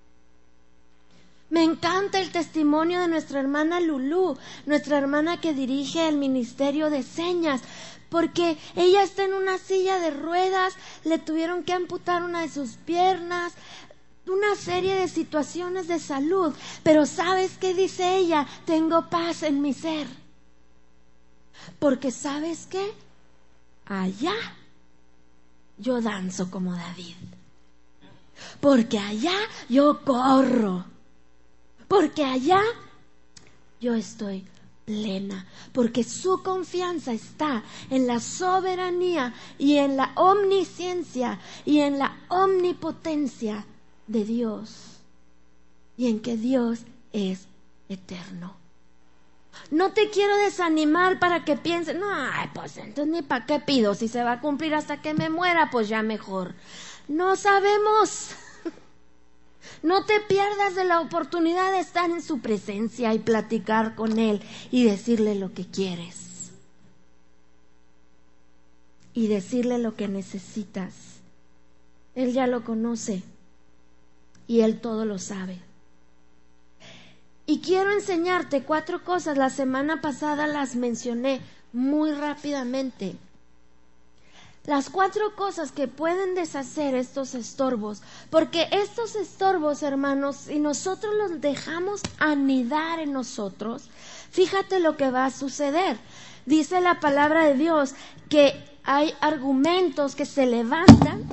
Me encanta el testimonio de nuestra hermana Lulú, nuestra hermana que dirige el ministerio de señas, porque ella está en una silla de ruedas, le tuvieron que amputar una de sus piernas, una serie de situaciones de salud, pero ¿sabes qué dice ella? Tengo paz en mi ser. Porque ¿sabes qué? Allá yo danzo como David. Porque allá yo corro. Porque allá yo estoy plena, porque su confianza está en la soberanía y en la omnisciencia y en la omnipotencia de Dios y en que Dios es eterno. No te quiero desanimar para que pienses, no, ay, pues entonces ni para qué pido, si se va a cumplir hasta que me muera, pues ya mejor. No sabemos. No te pierdas de la oportunidad de estar en su presencia y platicar con Él y decirle lo que quieres. Y decirle lo que necesitas. Él ya lo conoce y Él todo lo sabe. Y quiero enseñarte cuatro cosas. La semana pasada las mencioné muy rápidamente. Las cuatro cosas que pueden deshacer estos estorbos, porque estos estorbos, hermanos, si nosotros los dejamos anidar en nosotros, fíjate lo que va a suceder. Dice la palabra de Dios que hay argumentos que se levantan.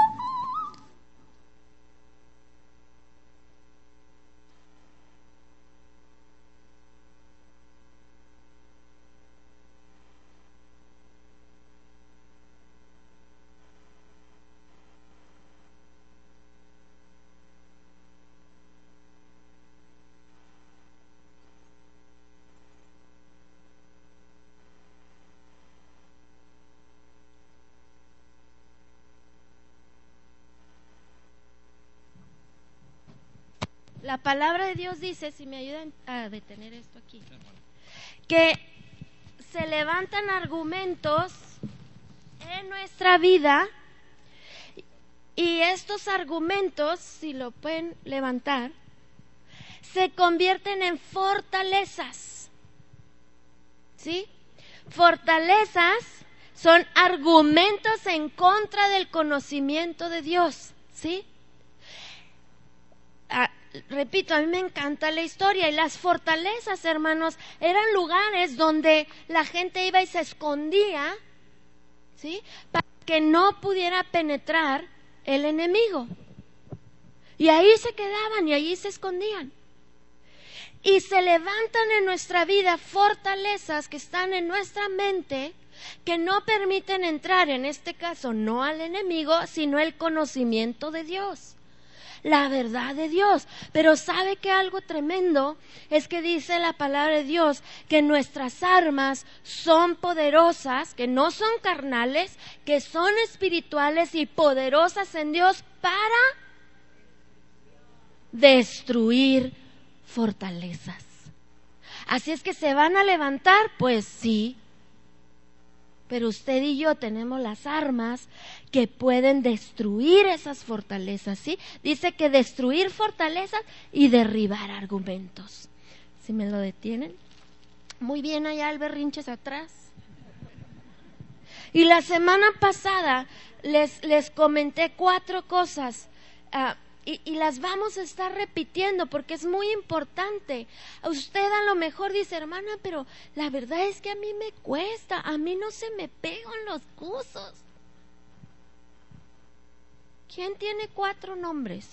La palabra de Dios dice, si me ayudan a detener esto aquí, que se levantan argumentos en nuestra vida y estos argumentos, si lo pueden levantar, se convierten en fortalezas. ¿Sí? Fortalezas son argumentos en contra del conocimiento de Dios. ¿Sí? Ah, repito, a mí me encanta la historia y las fortalezas, hermanos, eran lugares donde la gente iba y se escondía, ¿sí? Para que no pudiera penetrar el enemigo. Y ahí se quedaban y ahí se escondían. Y se levantan en nuestra vida fortalezas que están en nuestra mente que no permiten entrar, en este caso, no al enemigo, sino el conocimiento de Dios. La verdad de Dios. Pero ¿sabe que algo tremendo? Es que dice la palabra de Dios que nuestras armas son poderosas, que no son carnales, que son espirituales y poderosas en Dios para destruir fortalezas. Así es que se van a levantar, pues sí. Pero usted y yo tenemos las armas que pueden destruir esas fortalezas, ¿sí? Dice que destruir fortalezas y derribar argumentos. ¿Sí me lo detienen? Muy bien, allá el berrinches atrás. Y la semana pasada les, les comenté cuatro cosas uh, y, y las vamos a estar repitiendo porque es muy importante. Usted a lo mejor dice, hermana, pero la verdad es que a mí me cuesta, a mí no se me pegan los cursos. ¿Quién tiene cuatro nombres?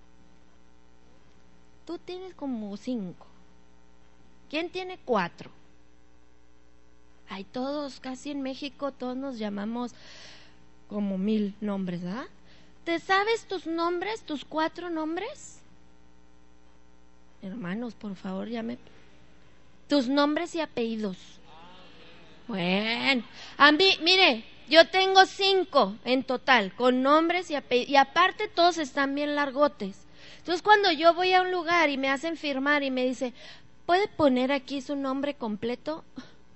Tú tienes como cinco. ¿Quién tiene cuatro? Hay todos, casi en México, todos nos llamamos como mil nombres, ¿verdad? ¿Te sabes tus nombres, tus cuatro nombres? Hermanos, por favor, llame. Tus nombres y apellidos. Bueno, a mí, mire, yo tengo cinco en total, con nombres y apellidos, y aparte todos están bien largotes. Entonces, cuando yo voy a un lugar y me hacen firmar y me dice, ¿puede poner aquí su nombre completo?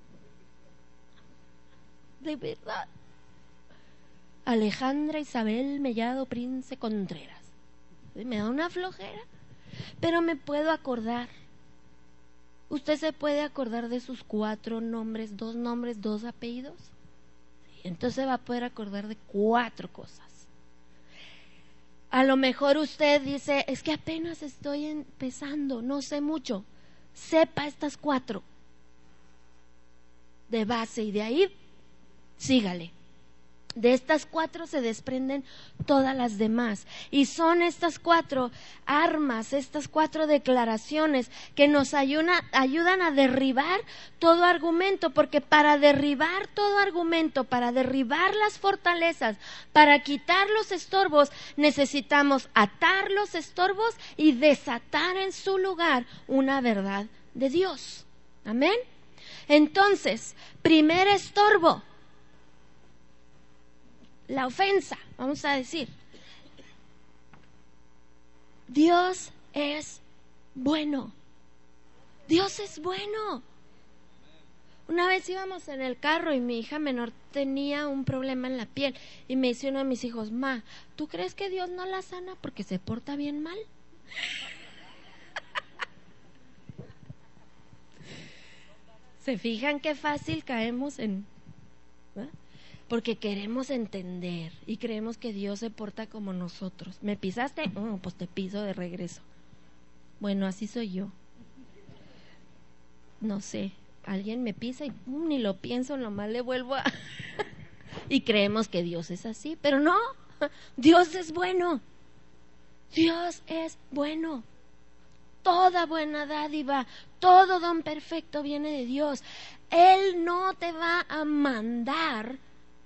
De verdad. Alejandra Isabel Mellado Prince Contreras. Me da una flojera, pero me puedo acordar. ¿Usted se puede acordar de sus cuatro nombres, dos nombres, dos apellidos? Sí, entonces va a poder acordar de cuatro cosas. A lo mejor usted dice, es que apenas estoy empezando, no sé mucho. Sepa estas cuatro de base y de ahí sígale. De estas cuatro se desprenden todas las demás. Y son estas cuatro armas, estas cuatro declaraciones que nos ayuda, ayudan a derribar todo argumento. Porque para derribar todo argumento, para derribar las fortalezas, para quitar los estorbos, necesitamos atar los estorbos y desatar en su lugar una verdad de Dios. Amén. Entonces, primer estorbo. La ofensa, vamos a decir. Dios es bueno. Dios es bueno. Una vez íbamos en el carro y mi hija menor tenía un problema en la piel y me dice uno de mis hijos, ma, ¿tú crees que Dios no la sana porque se porta bien mal? ¿Se fijan qué fácil caemos en... ¿eh? Porque queremos entender y creemos que Dios se porta como nosotros. ¿Me pisaste? Oh, pues te piso de regreso. Bueno, así soy yo. No sé, alguien me pisa y um, ni lo pienso, nomás le vuelvo a... y creemos que Dios es así, pero no, Dios es bueno. Dios es bueno. Toda buena dádiva, todo don perfecto viene de Dios. Él no te va a mandar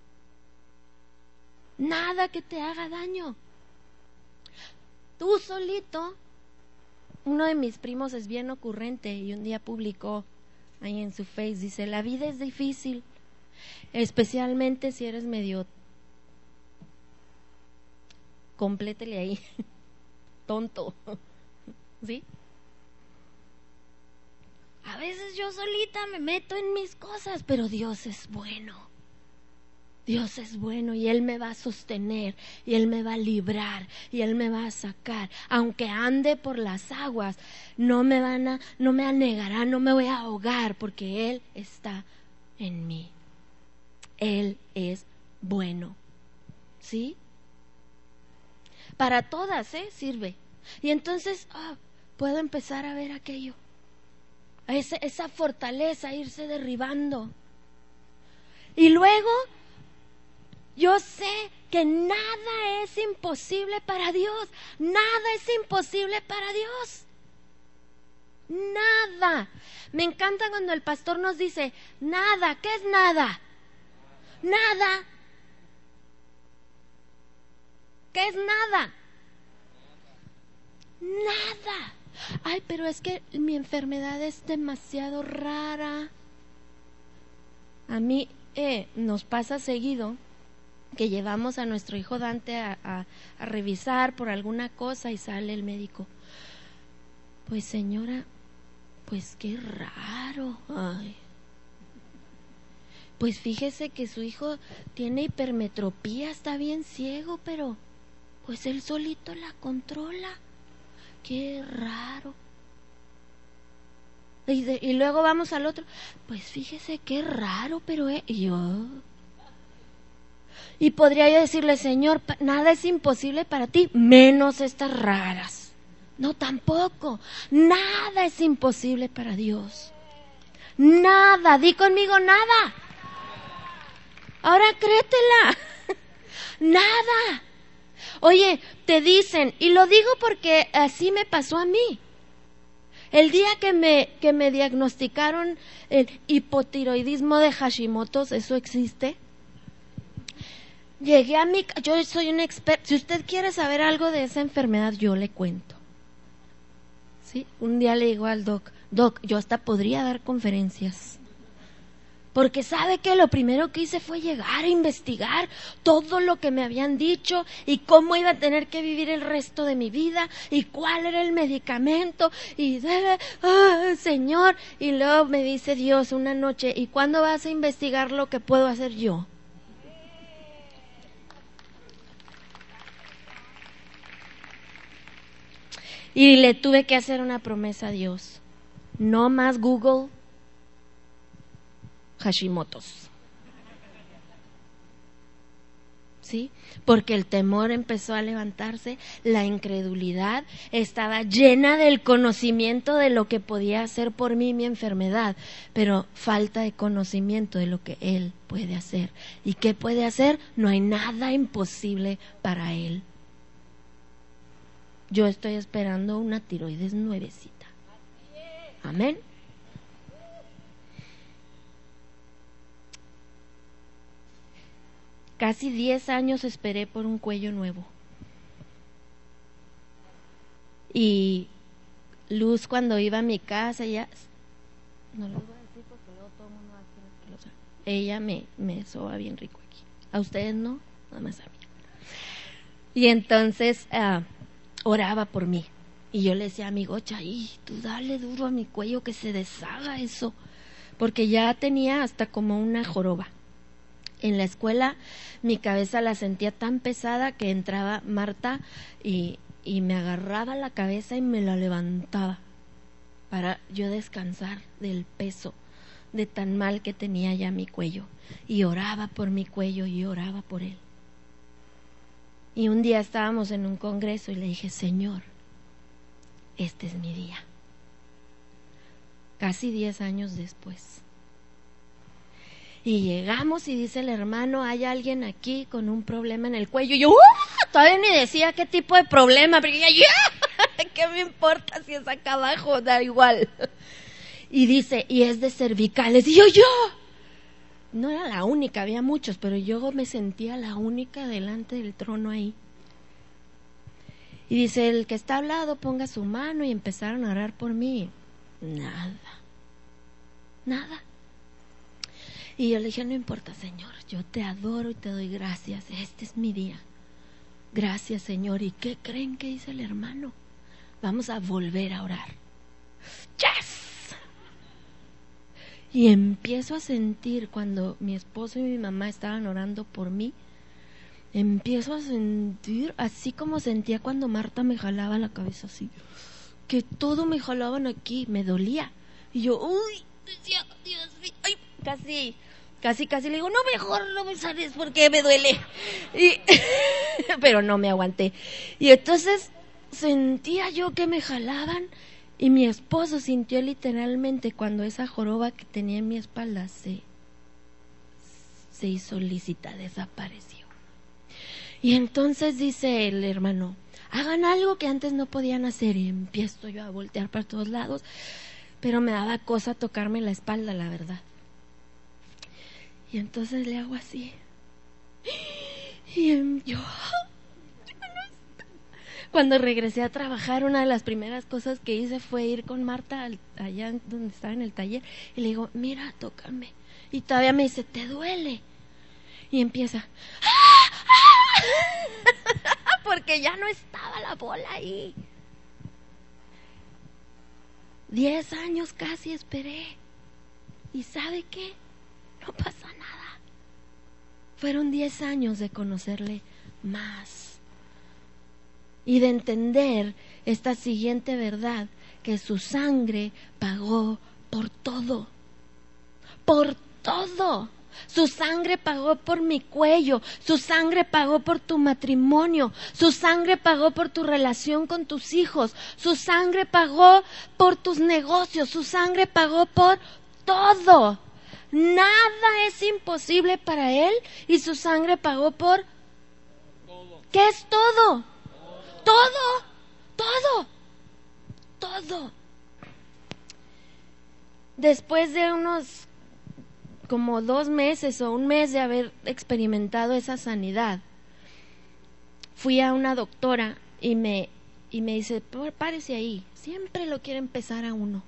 nada que te haga daño. Tú solito. Uno de mis primos es bien ocurrente y un día publicó ahí en su Face, dice, la vida es difícil, especialmente si eres medio, complétele ahí, tonto, ¿sí? A veces yo solita me meto en mis cosas, pero Dios es bueno. Dios es bueno y Él me va a sostener y Él me va a librar y Él me va a sacar. Aunque ande por las aguas, no me van a, no me anegará, no me voy a ahogar porque Él está en mí. Él es bueno. ¿Sí? Para todas, ¿eh? Sirve. Y entonces, oh, puedo empezar a ver aquello. Esa, esa fortaleza, irse derribando. Y luego... yo sé que nada es imposible para Dios. Nada es imposible para Dios. Nada. Me encanta cuando el pastor nos dice, nada. ¿Qué es nada? Nada. ¿Qué es nada? Nada. Ay, pero es que mi enfermedad es demasiado rara. A mí eh, nos pasa seguido que llevamos a nuestro hijo Dante a, a, a revisar por alguna cosa y sale el médico. Pues señora, pues qué raro. Ay. pues fíjese que su hijo tiene hipermetropía, está bien ciego, pero pues él solito la controla. Qué raro. Y, de, y luego vamos al otro, pues fíjese qué raro, pero eh, y yo... Y podría yo decirle, Señor, nada es imposible para ti, menos estas raras. No, tampoco. Nada es imposible para Dios. Nada. Di conmigo, nada. Ahora créetela. Nada. Oye, te dicen, y lo digo porque así me pasó a mí. El día que me, que me diagnosticaron el hipotiroidismo de Hashimoto's, ¿eso existe? Llegué a mi... Yo soy un experto. Si usted quiere saber algo de esa enfermedad, yo le cuento. ¿Sí? Un día le digo al doc, doc, yo hasta podría dar conferencias. Porque sabe que lo primero que hice fue llegar a investigar todo lo que me habían dicho y cómo iba a tener que vivir el resto de mi vida y cuál era el medicamento y ah, Señor, y luego me dice Dios una noche, ¿y cuándo vas a investigar lo que puedo hacer yo? Y le tuve que hacer una promesa a Dios. No más Google Hashimoto's. ¿Sí? Porque el temor empezó a levantarse, la incredulidad estaba llena del conocimiento de lo que podía hacer por mí mi enfermedad, pero falta de conocimiento de lo que Él puede hacer. ¿Y qué puede hacer? No hay nada imposible para Él. Yo estoy esperando una tiroides nuevecita. Amén. Casi diez años esperé por un cuello nuevo. Y Luz, cuando iba a mi casa, ella, no lo voy a decir porque luego todo el mundo va a querer que lo sabe. Ella me, me soba bien rico aquí. A ustedes no, nada más a mí. Y entonces uh, oraba por mí. Y yo le decía a mi gocha, ay, tú dale duro a mi cuello que se deshaga eso. Porque ya tenía hasta como una joroba. En la escuela mi cabeza la sentía tan pesada que entraba Marta y, y me agarraba la cabeza y me la levantaba para yo descansar del peso de tan mal que tenía ya mi cuello. Y oraba por mi cuello y oraba por él. Y un día estábamos en un congreso y le dije, Señor, este es mi día. Casi diez años después. Y llegamos y dice el hermano, hay alguien aquí con un problema en el cuello. Y yo, ¡uh! Todavía ni decía qué tipo de problema, porque ya, ¡ya! ¿Qué me importa si es acá abajo? Da igual. Y dice, y es de cervicales. Y yo, yo. No era la única, había muchos, pero yo me sentía la única delante del trono ahí. Y dice, el que está al lado ponga su mano, y empezaron a orar por mí. Nada. Nada. Y yo le dije, no importa, Señor, yo te adoro y te doy gracias, este es mi día. Gracias, Señor. ¿Y qué creen que dice el hermano? Vamos a volver a orar. ¡Yes! Y empiezo a sentir, cuando mi esposo y mi mamá estaban orando por mí, empiezo a sentir, así como sentía cuando Marta me jalaba la cabeza así, que todo me jalaban aquí, me dolía. Y yo, uy, decía, Dios mío, ay, casi... Casi, casi le digo, no, mejor no me sales porque me duele. Y, pero no me aguanté. Y entonces sentía yo que me jalaban y mi esposo sintió literalmente cuando esa joroba que tenía en mi espalda se, se hizo lícita, desapareció. Y entonces dice el hermano, hagan algo que antes no podían hacer. Y empiezo yo a voltear para todos lados, pero me daba cosa tocarme la espalda, la verdad. Y entonces le hago así. Y yo... Cuando regresé a trabajar, una de las primeras cosas que hice fue ir con Marta al, allá donde estaba en el taller. Y le digo, mira, tócame. Y todavía me dice, ¿te duele? Y empieza... Porque ya no estaba la bola ahí. Diez años casi esperé. ¿Y sabe qué? no pasa nada. Fueron diez años de conocerle más y de entender esta siguiente verdad, que su sangre pagó por todo, por todo. Su sangre pagó por mi cuello, su sangre pagó por tu matrimonio, su sangre pagó por tu relación con tus hijos, su sangre pagó por tus negocios, su sangre pagó por todo. Nada es imposible para Él y su sangre pagó por todo. ¿Qué es todo? Todo, todo, todo. Después de unos como dos meses o un mes de haber experimentado esa sanidad, fui a una doctora y me, y me dice, párese ahí, siempre lo quiere empezar a uno.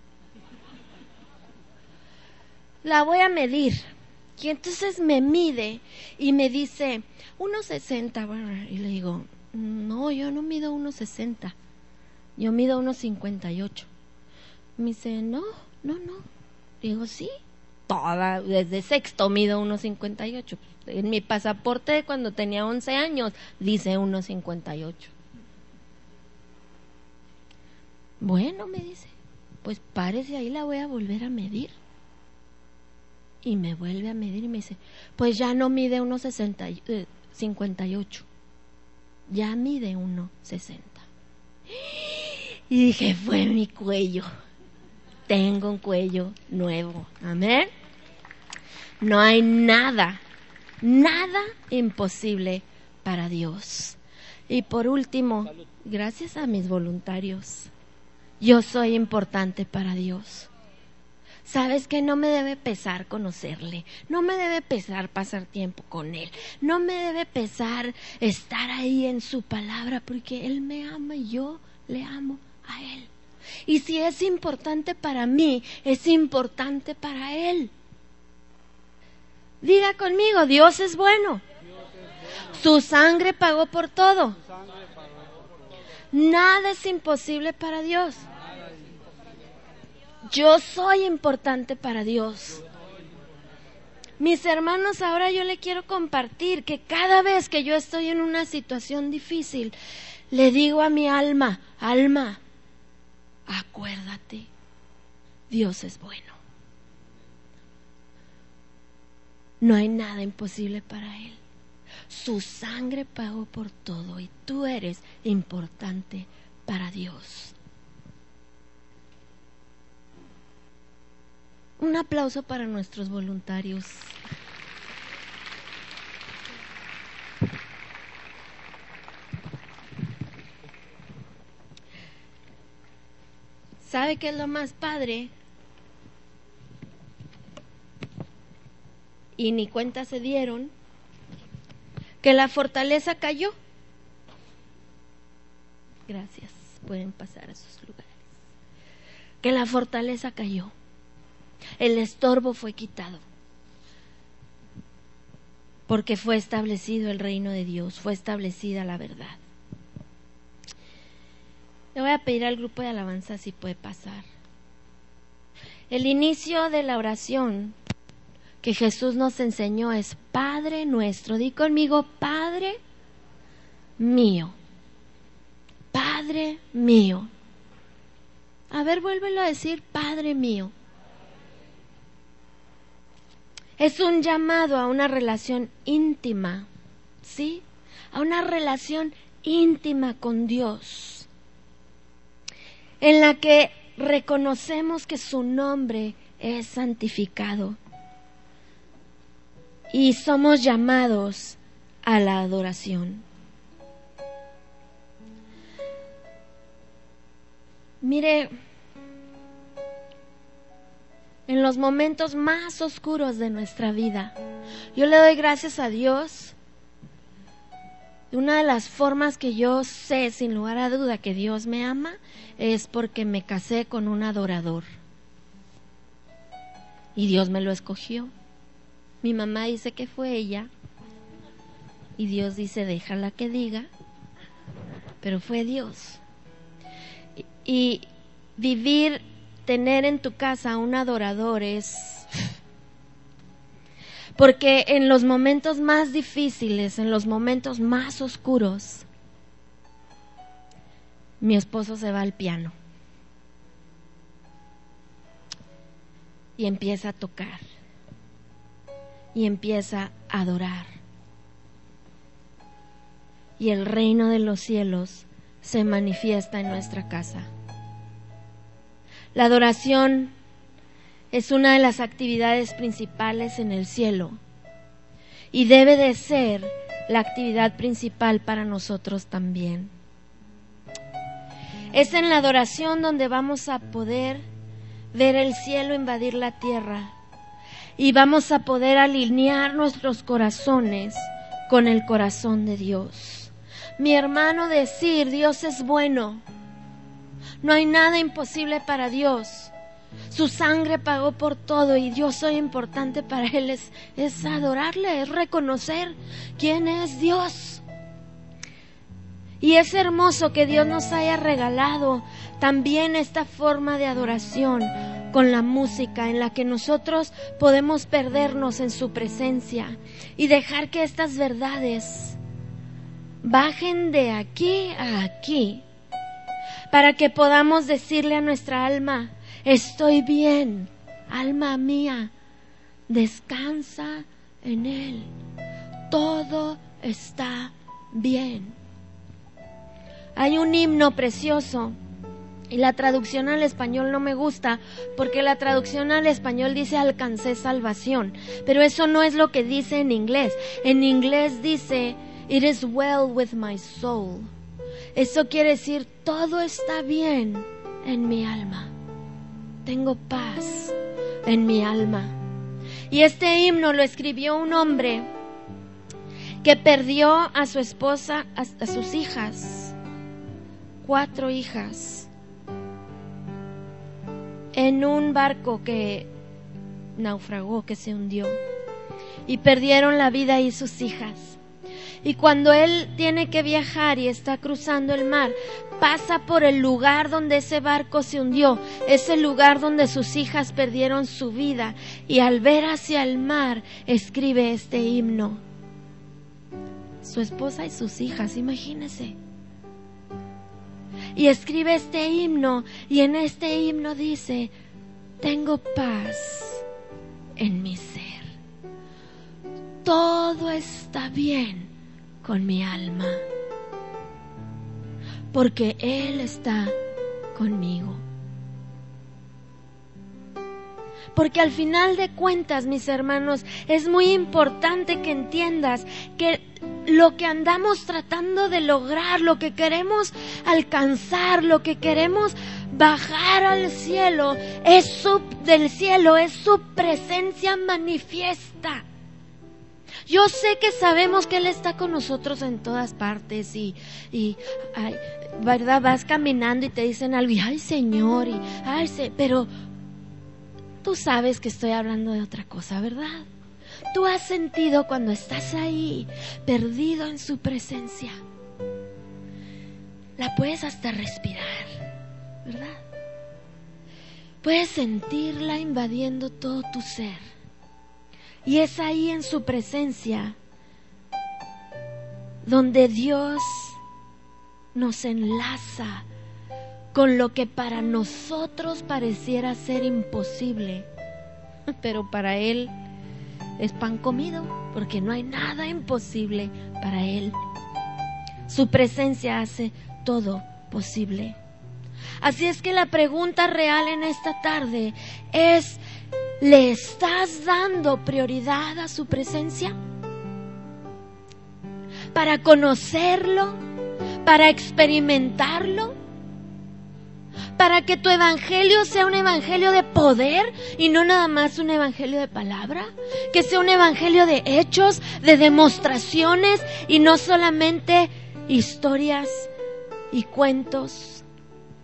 La voy a medir. Y entonces me mide y me dice, uno sesenta. Y le digo, no, yo no mido uno sesenta, yo mido uno cincuenta y ocho. Me dice, no, no, no. Digo, sí. Toda, desde sexto mido uno cincuenta y ocho. En mi pasaporte de cuando tenía once años dice uno cincuenta y ocho. Bueno, me dice, pues párese ahí, la voy a volver a medir. Y me vuelve a medir y me dice, pues ya no mide uno cincuenta y ocho, ya mide uno sesenta. Y dije, fue mi cuello. Tengo un cuello nuevo. Amén. No hay nada, nada imposible para Dios. Y por último, gracias a mis voluntarios, yo soy importante para Dios. Sabes que no me debe pesar conocerle, no me debe pesar pasar tiempo con Él, no me debe pesar estar ahí en su palabra, porque Él me ama y yo le amo a Él. Y si es importante para mí, es importante para Él. Diga conmigo, Dios es bueno. Su sangre pagó por todo. Nada es imposible para Dios. Yo soy importante para Dios. Mis hermanos, ahora yo le quiero compartir que cada vez que yo estoy en una situación difícil, le digo a mi alma, alma, acuérdate, Dios es bueno. No hay nada imposible para Él. Su sangre pagó por todo y tú eres importante para Dios. Un aplauso para nuestros voluntarios. ¿Sabe qué es lo más padre? Y ni cuenta se dieron que la fortaleza cayó. Gracias, pueden pasar a sus lugares. Que la fortaleza cayó. El estorbo fue quitado. Porque fue establecido el reino de Dios, fue establecida la verdad. Le voy a pedir al grupo de alabanza si puede pasar. El inicio de la oración que Jesús nos enseñó es Padre nuestro. Di conmigo, Padre mío. Padre mío. A ver, vuélvelo a decir, Padre mío. Es un llamado a una relación íntima, ¿sí? A una relación íntima con Dios, en la que reconocemos que su nombre es santificado y somos llamados a la adoración. Mire, en los momentos más oscuros de nuestra vida, yo le doy gracias a Dios. Una de las formas que yo sé sin lugar a duda que Dios me ama es porque me casé con un adorador y Dios me lo escogió. Mi mamá dice que fue ella y Dios dice déjala que diga, pero fue Dios. Y, y vivir, tener en tu casa un adorador es Porque en los momentos más difíciles, en los momentos más oscuros, mi esposo se va al piano y empieza a tocar y empieza a adorar. Y el reino de los cielos se manifiesta en nuestra casa. La adoración es una de las actividades principales en el cielo y debe de ser la actividad principal para nosotros también. Es en la adoración donde vamos a poder ver el cielo invadir la tierra y vamos a poder alinear nuestros corazones con el corazón de Dios. Mi hermano, decir Dios es bueno. No hay nada imposible para Dios. Su sangre pagó por todo y yo soy importante para Él. Es, es adorarle, es reconocer quién es Dios. Y es hermoso que Dios nos haya regalado también esta forma de adoración con la música, en la que nosotros podemos perdernos en su presencia y dejar que estas verdades bajen de aquí a aquí, para que podamos decirle a nuestra alma: estoy bien, alma mía, descansa en Él, todo está bien. Hay un himno precioso y la traducción al español no me gusta, porque la traducción al español dice alcancé salvación, pero eso no es lo que dice en inglés. En inglés dice it is well with my soul. Eso quiere decir todo está bien en mi alma. Tengo paz en mi alma. Y este himno lo escribió un hombre que perdió a su esposa, a, a sus hijas, cuatro hijas, en un barco que naufragó, que se hundió, y perdieron la vida ahí sus hijas. Y cuando él tiene que viajar y está cruzando el mar, pasa por el lugar donde ese barco se hundió, ese lugar donde sus hijas perdieron su vida, y al ver hacia el mar escribe este himno. Su esposa y sus hijas, imagínense. Y escribe este himno, y en este himno dice: tengo paz en mi ser. Todo está bien con mi alma, porque Él está conmigo. Porque al final de cuentas, mis hermanos, es muy importante que entiendas que lo que andamos tratando de lograr, lo que queremos alcanzar, lo que queremos bajar al cielo, es su, del cielo, es su presencia manifiesta. Yo sé que sabemos que Él está con nosotros en todas partes y, y ay, ¿verdad? Vas caminando y te dicen algo y ay, Señor, y ay, se, pero tú sabes que estoy hablando de otra cosa, ¿verdad? Tú has sentido cuando estás ahí, perdido en su presencia. La puedes hasta respirar, ¿verdad? Puedes sentirla invadiendo todo tu ser. Y es ahí en su presencia donde Dios nos enlaza con lo que para nosotros pareciera ser imposible, pero para Él es pan comido, porque no hay nada imposible para Él. Su presencia hace todo posible. Así es que la pregunta real en esta tarde es: ¿le estás dando prioridad a su presencia? ¿Para conocerlo? ¿Para experimentarlo? ¿Para que tu evangelio sea un evangelio de poder y no nada más un evangelio de palabra? Que sea un evangelio de hechos, de demostraciones y no solamente historias y cuentos.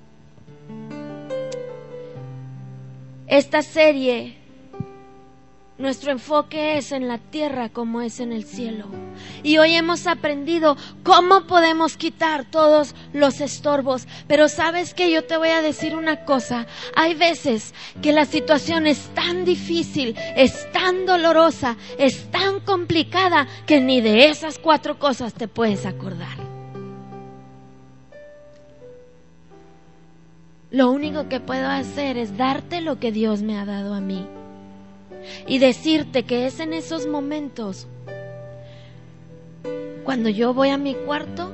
Esta serie Nuestro enfoque es en la tierra como es en el cielo. Y hoy hemos aprendido cómo podemos quitar todos los estorbos. Pero ¿sabes qué? Yo te voy a decir una cosa. Hay veces que la situación es tan difícil, es tan dolorosa, es tan complicada que ni de esas cuatro cosas te puedes acordar. Lo único que puedo hacer es darte lo que Dios me ha dado a mí. Y decirte que es en esos momentos, cuando yo voy a mi cuarto,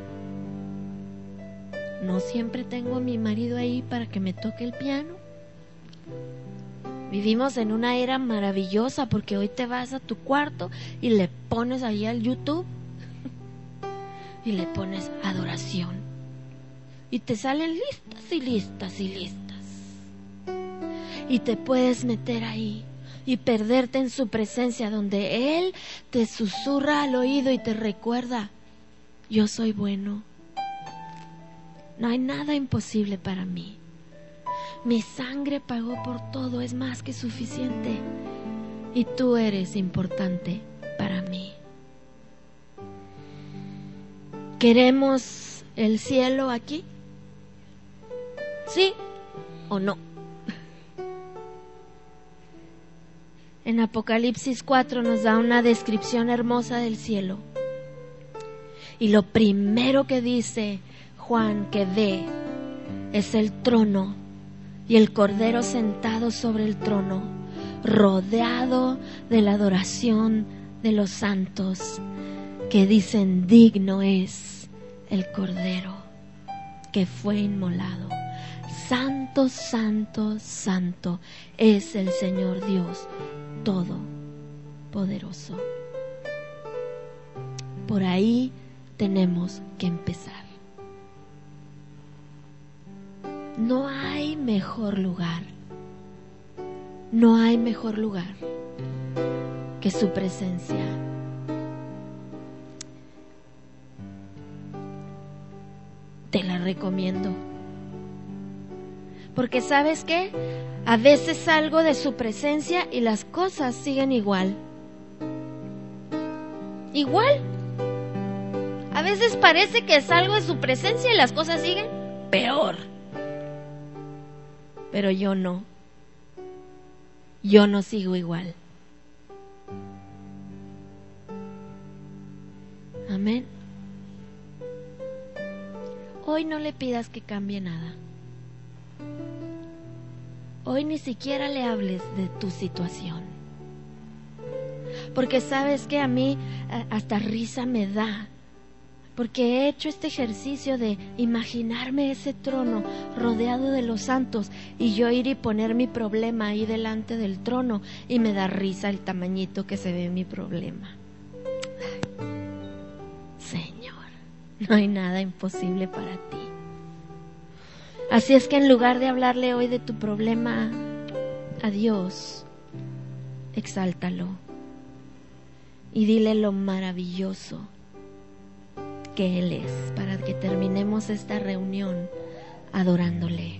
no siempre tengo a mi marido ahí para que me toque el piano. Vivimos en una era maravillosa porque hoy te vas a tu cuarto y le pones ahí al YouTube y le pones adoración y te salen listas y listas y listas y te puedes meter ahí y perderte en su presencia, donde Él te susurra al oído y te recuerda: yo soy bueno, no hay nada imposible para mí, mi sangre pagó por todo, es más que suficiente, y tú eres importante para mí. ¿Queremos el cielo aquí? ¿Sí o no? En Apocalipsis cuatro nos da una descripción hermosa del cielo. Y lo primero que dice Juan que ve es el trono y el Cordero sentado sobre el trono, rodeado de la adoración de los santos, que dicen: digno es el Cordero que fue inmolado. Santo, santo, santo es el Señor Dios Todopoderoso. Por ahí tenemos que empezar. No hay mejor lugar, no hay mejor lugar que su presencia. Te la recomiendo. Porque ¿sabes qué? A veces salgo de su presencia y las cosas siguen igual. Igual. A veces parece que salgo de su presencia y las cosas siguen peor. Pero yo no. Yo no sigo igual. Amén. Hoy no le pidas que cambie nada. Hoy ni siquiera le hables de tu situación. Porque sabes que a mí hasta risa me da. Porque he hecho este ejercicio de imaginarme ese trono rodeado de los santos y yo ir y poner mi problema ahí delante del trono y me da risa el tamañito que se ve mi problema. Señor, no hay nada imposible para ti. Así es que en lugar de hablarle hoy de tu problema a Dios, exáltalo y dile lo maravilloso que Él es, para que terminemos esta reunión adorándole.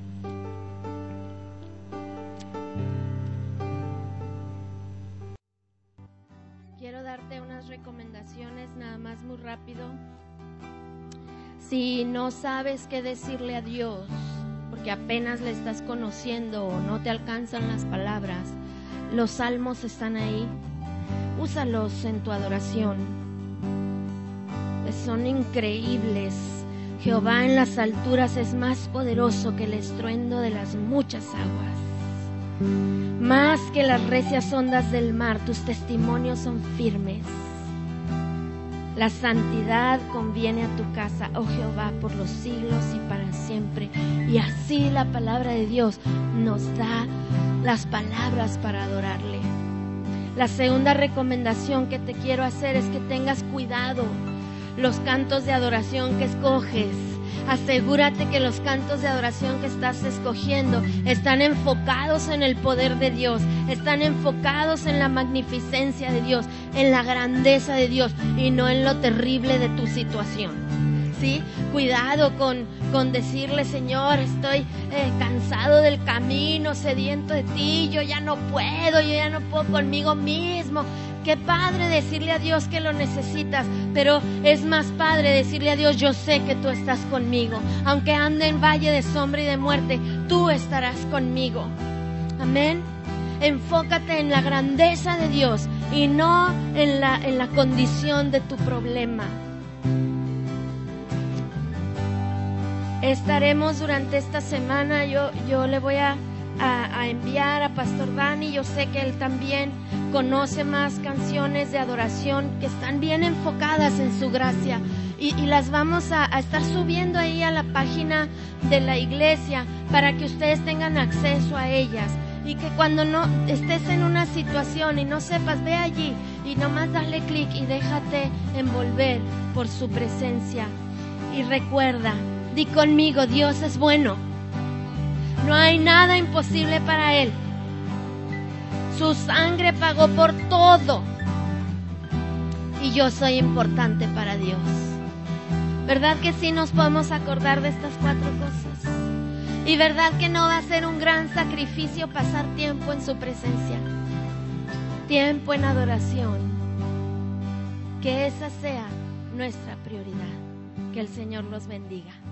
Quiero darte unas recomendaciones nada más muy rápido. Si no sabes qué decirle a Dios, porque apenas le estás conociendo o no te alcanzan las palabras, los salmos están ahí. Úsalos en tu adoración. Son increíbles. Jehová en las alturas es más poderoso que el estruendo de las muchas aguas. Más que las recias ondas del mar, tus testimonios son firmes. La santidad conviene a tu casa, oh Jehová, por los siglos y para siempre. Y así la palabra de Dios nos da las palabras para adorarle. La segunda recomendación que te quiero hacer es que tengas cuidado. Los cantos de adoración que escoges, asegúrate que los cantos de adoración que estás escogiendo están enfocados en el poder de Dios, están enfocados en la magnificencia de Dios, en la grandeza de Dios y no en lo terrible de tu situación. ¿sí? Cuidado con, con decirle, Señor, estoy eh, cansado del camino, sediento de ti, yo ya no puedo, yo ya no puedo conmigo mismo. Qué padre decirle a Dios que lo necesitas, pero es más padre decirle a Dios, yo sé que tú estás conmigo. Aunque ande en valle de sombra y de muerte, tú estarás conmigo. Amén. Enfócate en la grandeza de Dios y no en la, en la condición de tu problema. Estaremos durante esta semana, yo, yo le voy a, a, a enviar a Pastor Dani, yo sé que él también conoce más canciones de adoración que están bien enfocadas en su gracia y, y las vamos a, a estar subiendo ahí a la página de la iglesia para que ustedes tengan acceso a ellas. Y que cuando no estés en una situación y no sepas, ve allí y nomás dale clic y déjate envolver por su presencia. Y recuerda, di conmigo, Dios es bueno. No hay nada imposible para Él. Su sangre pagó por todo. Y yo soy importante para Dios. ¿Verdad que sí nos podemos acordar de estas cuatro cosas? Y verdad que no va a ser un gran sacrificio pasar tiempo en su presencia, tiempo en adoración. Que esa sea nuestra prioridad. Que el Señor los bendiga.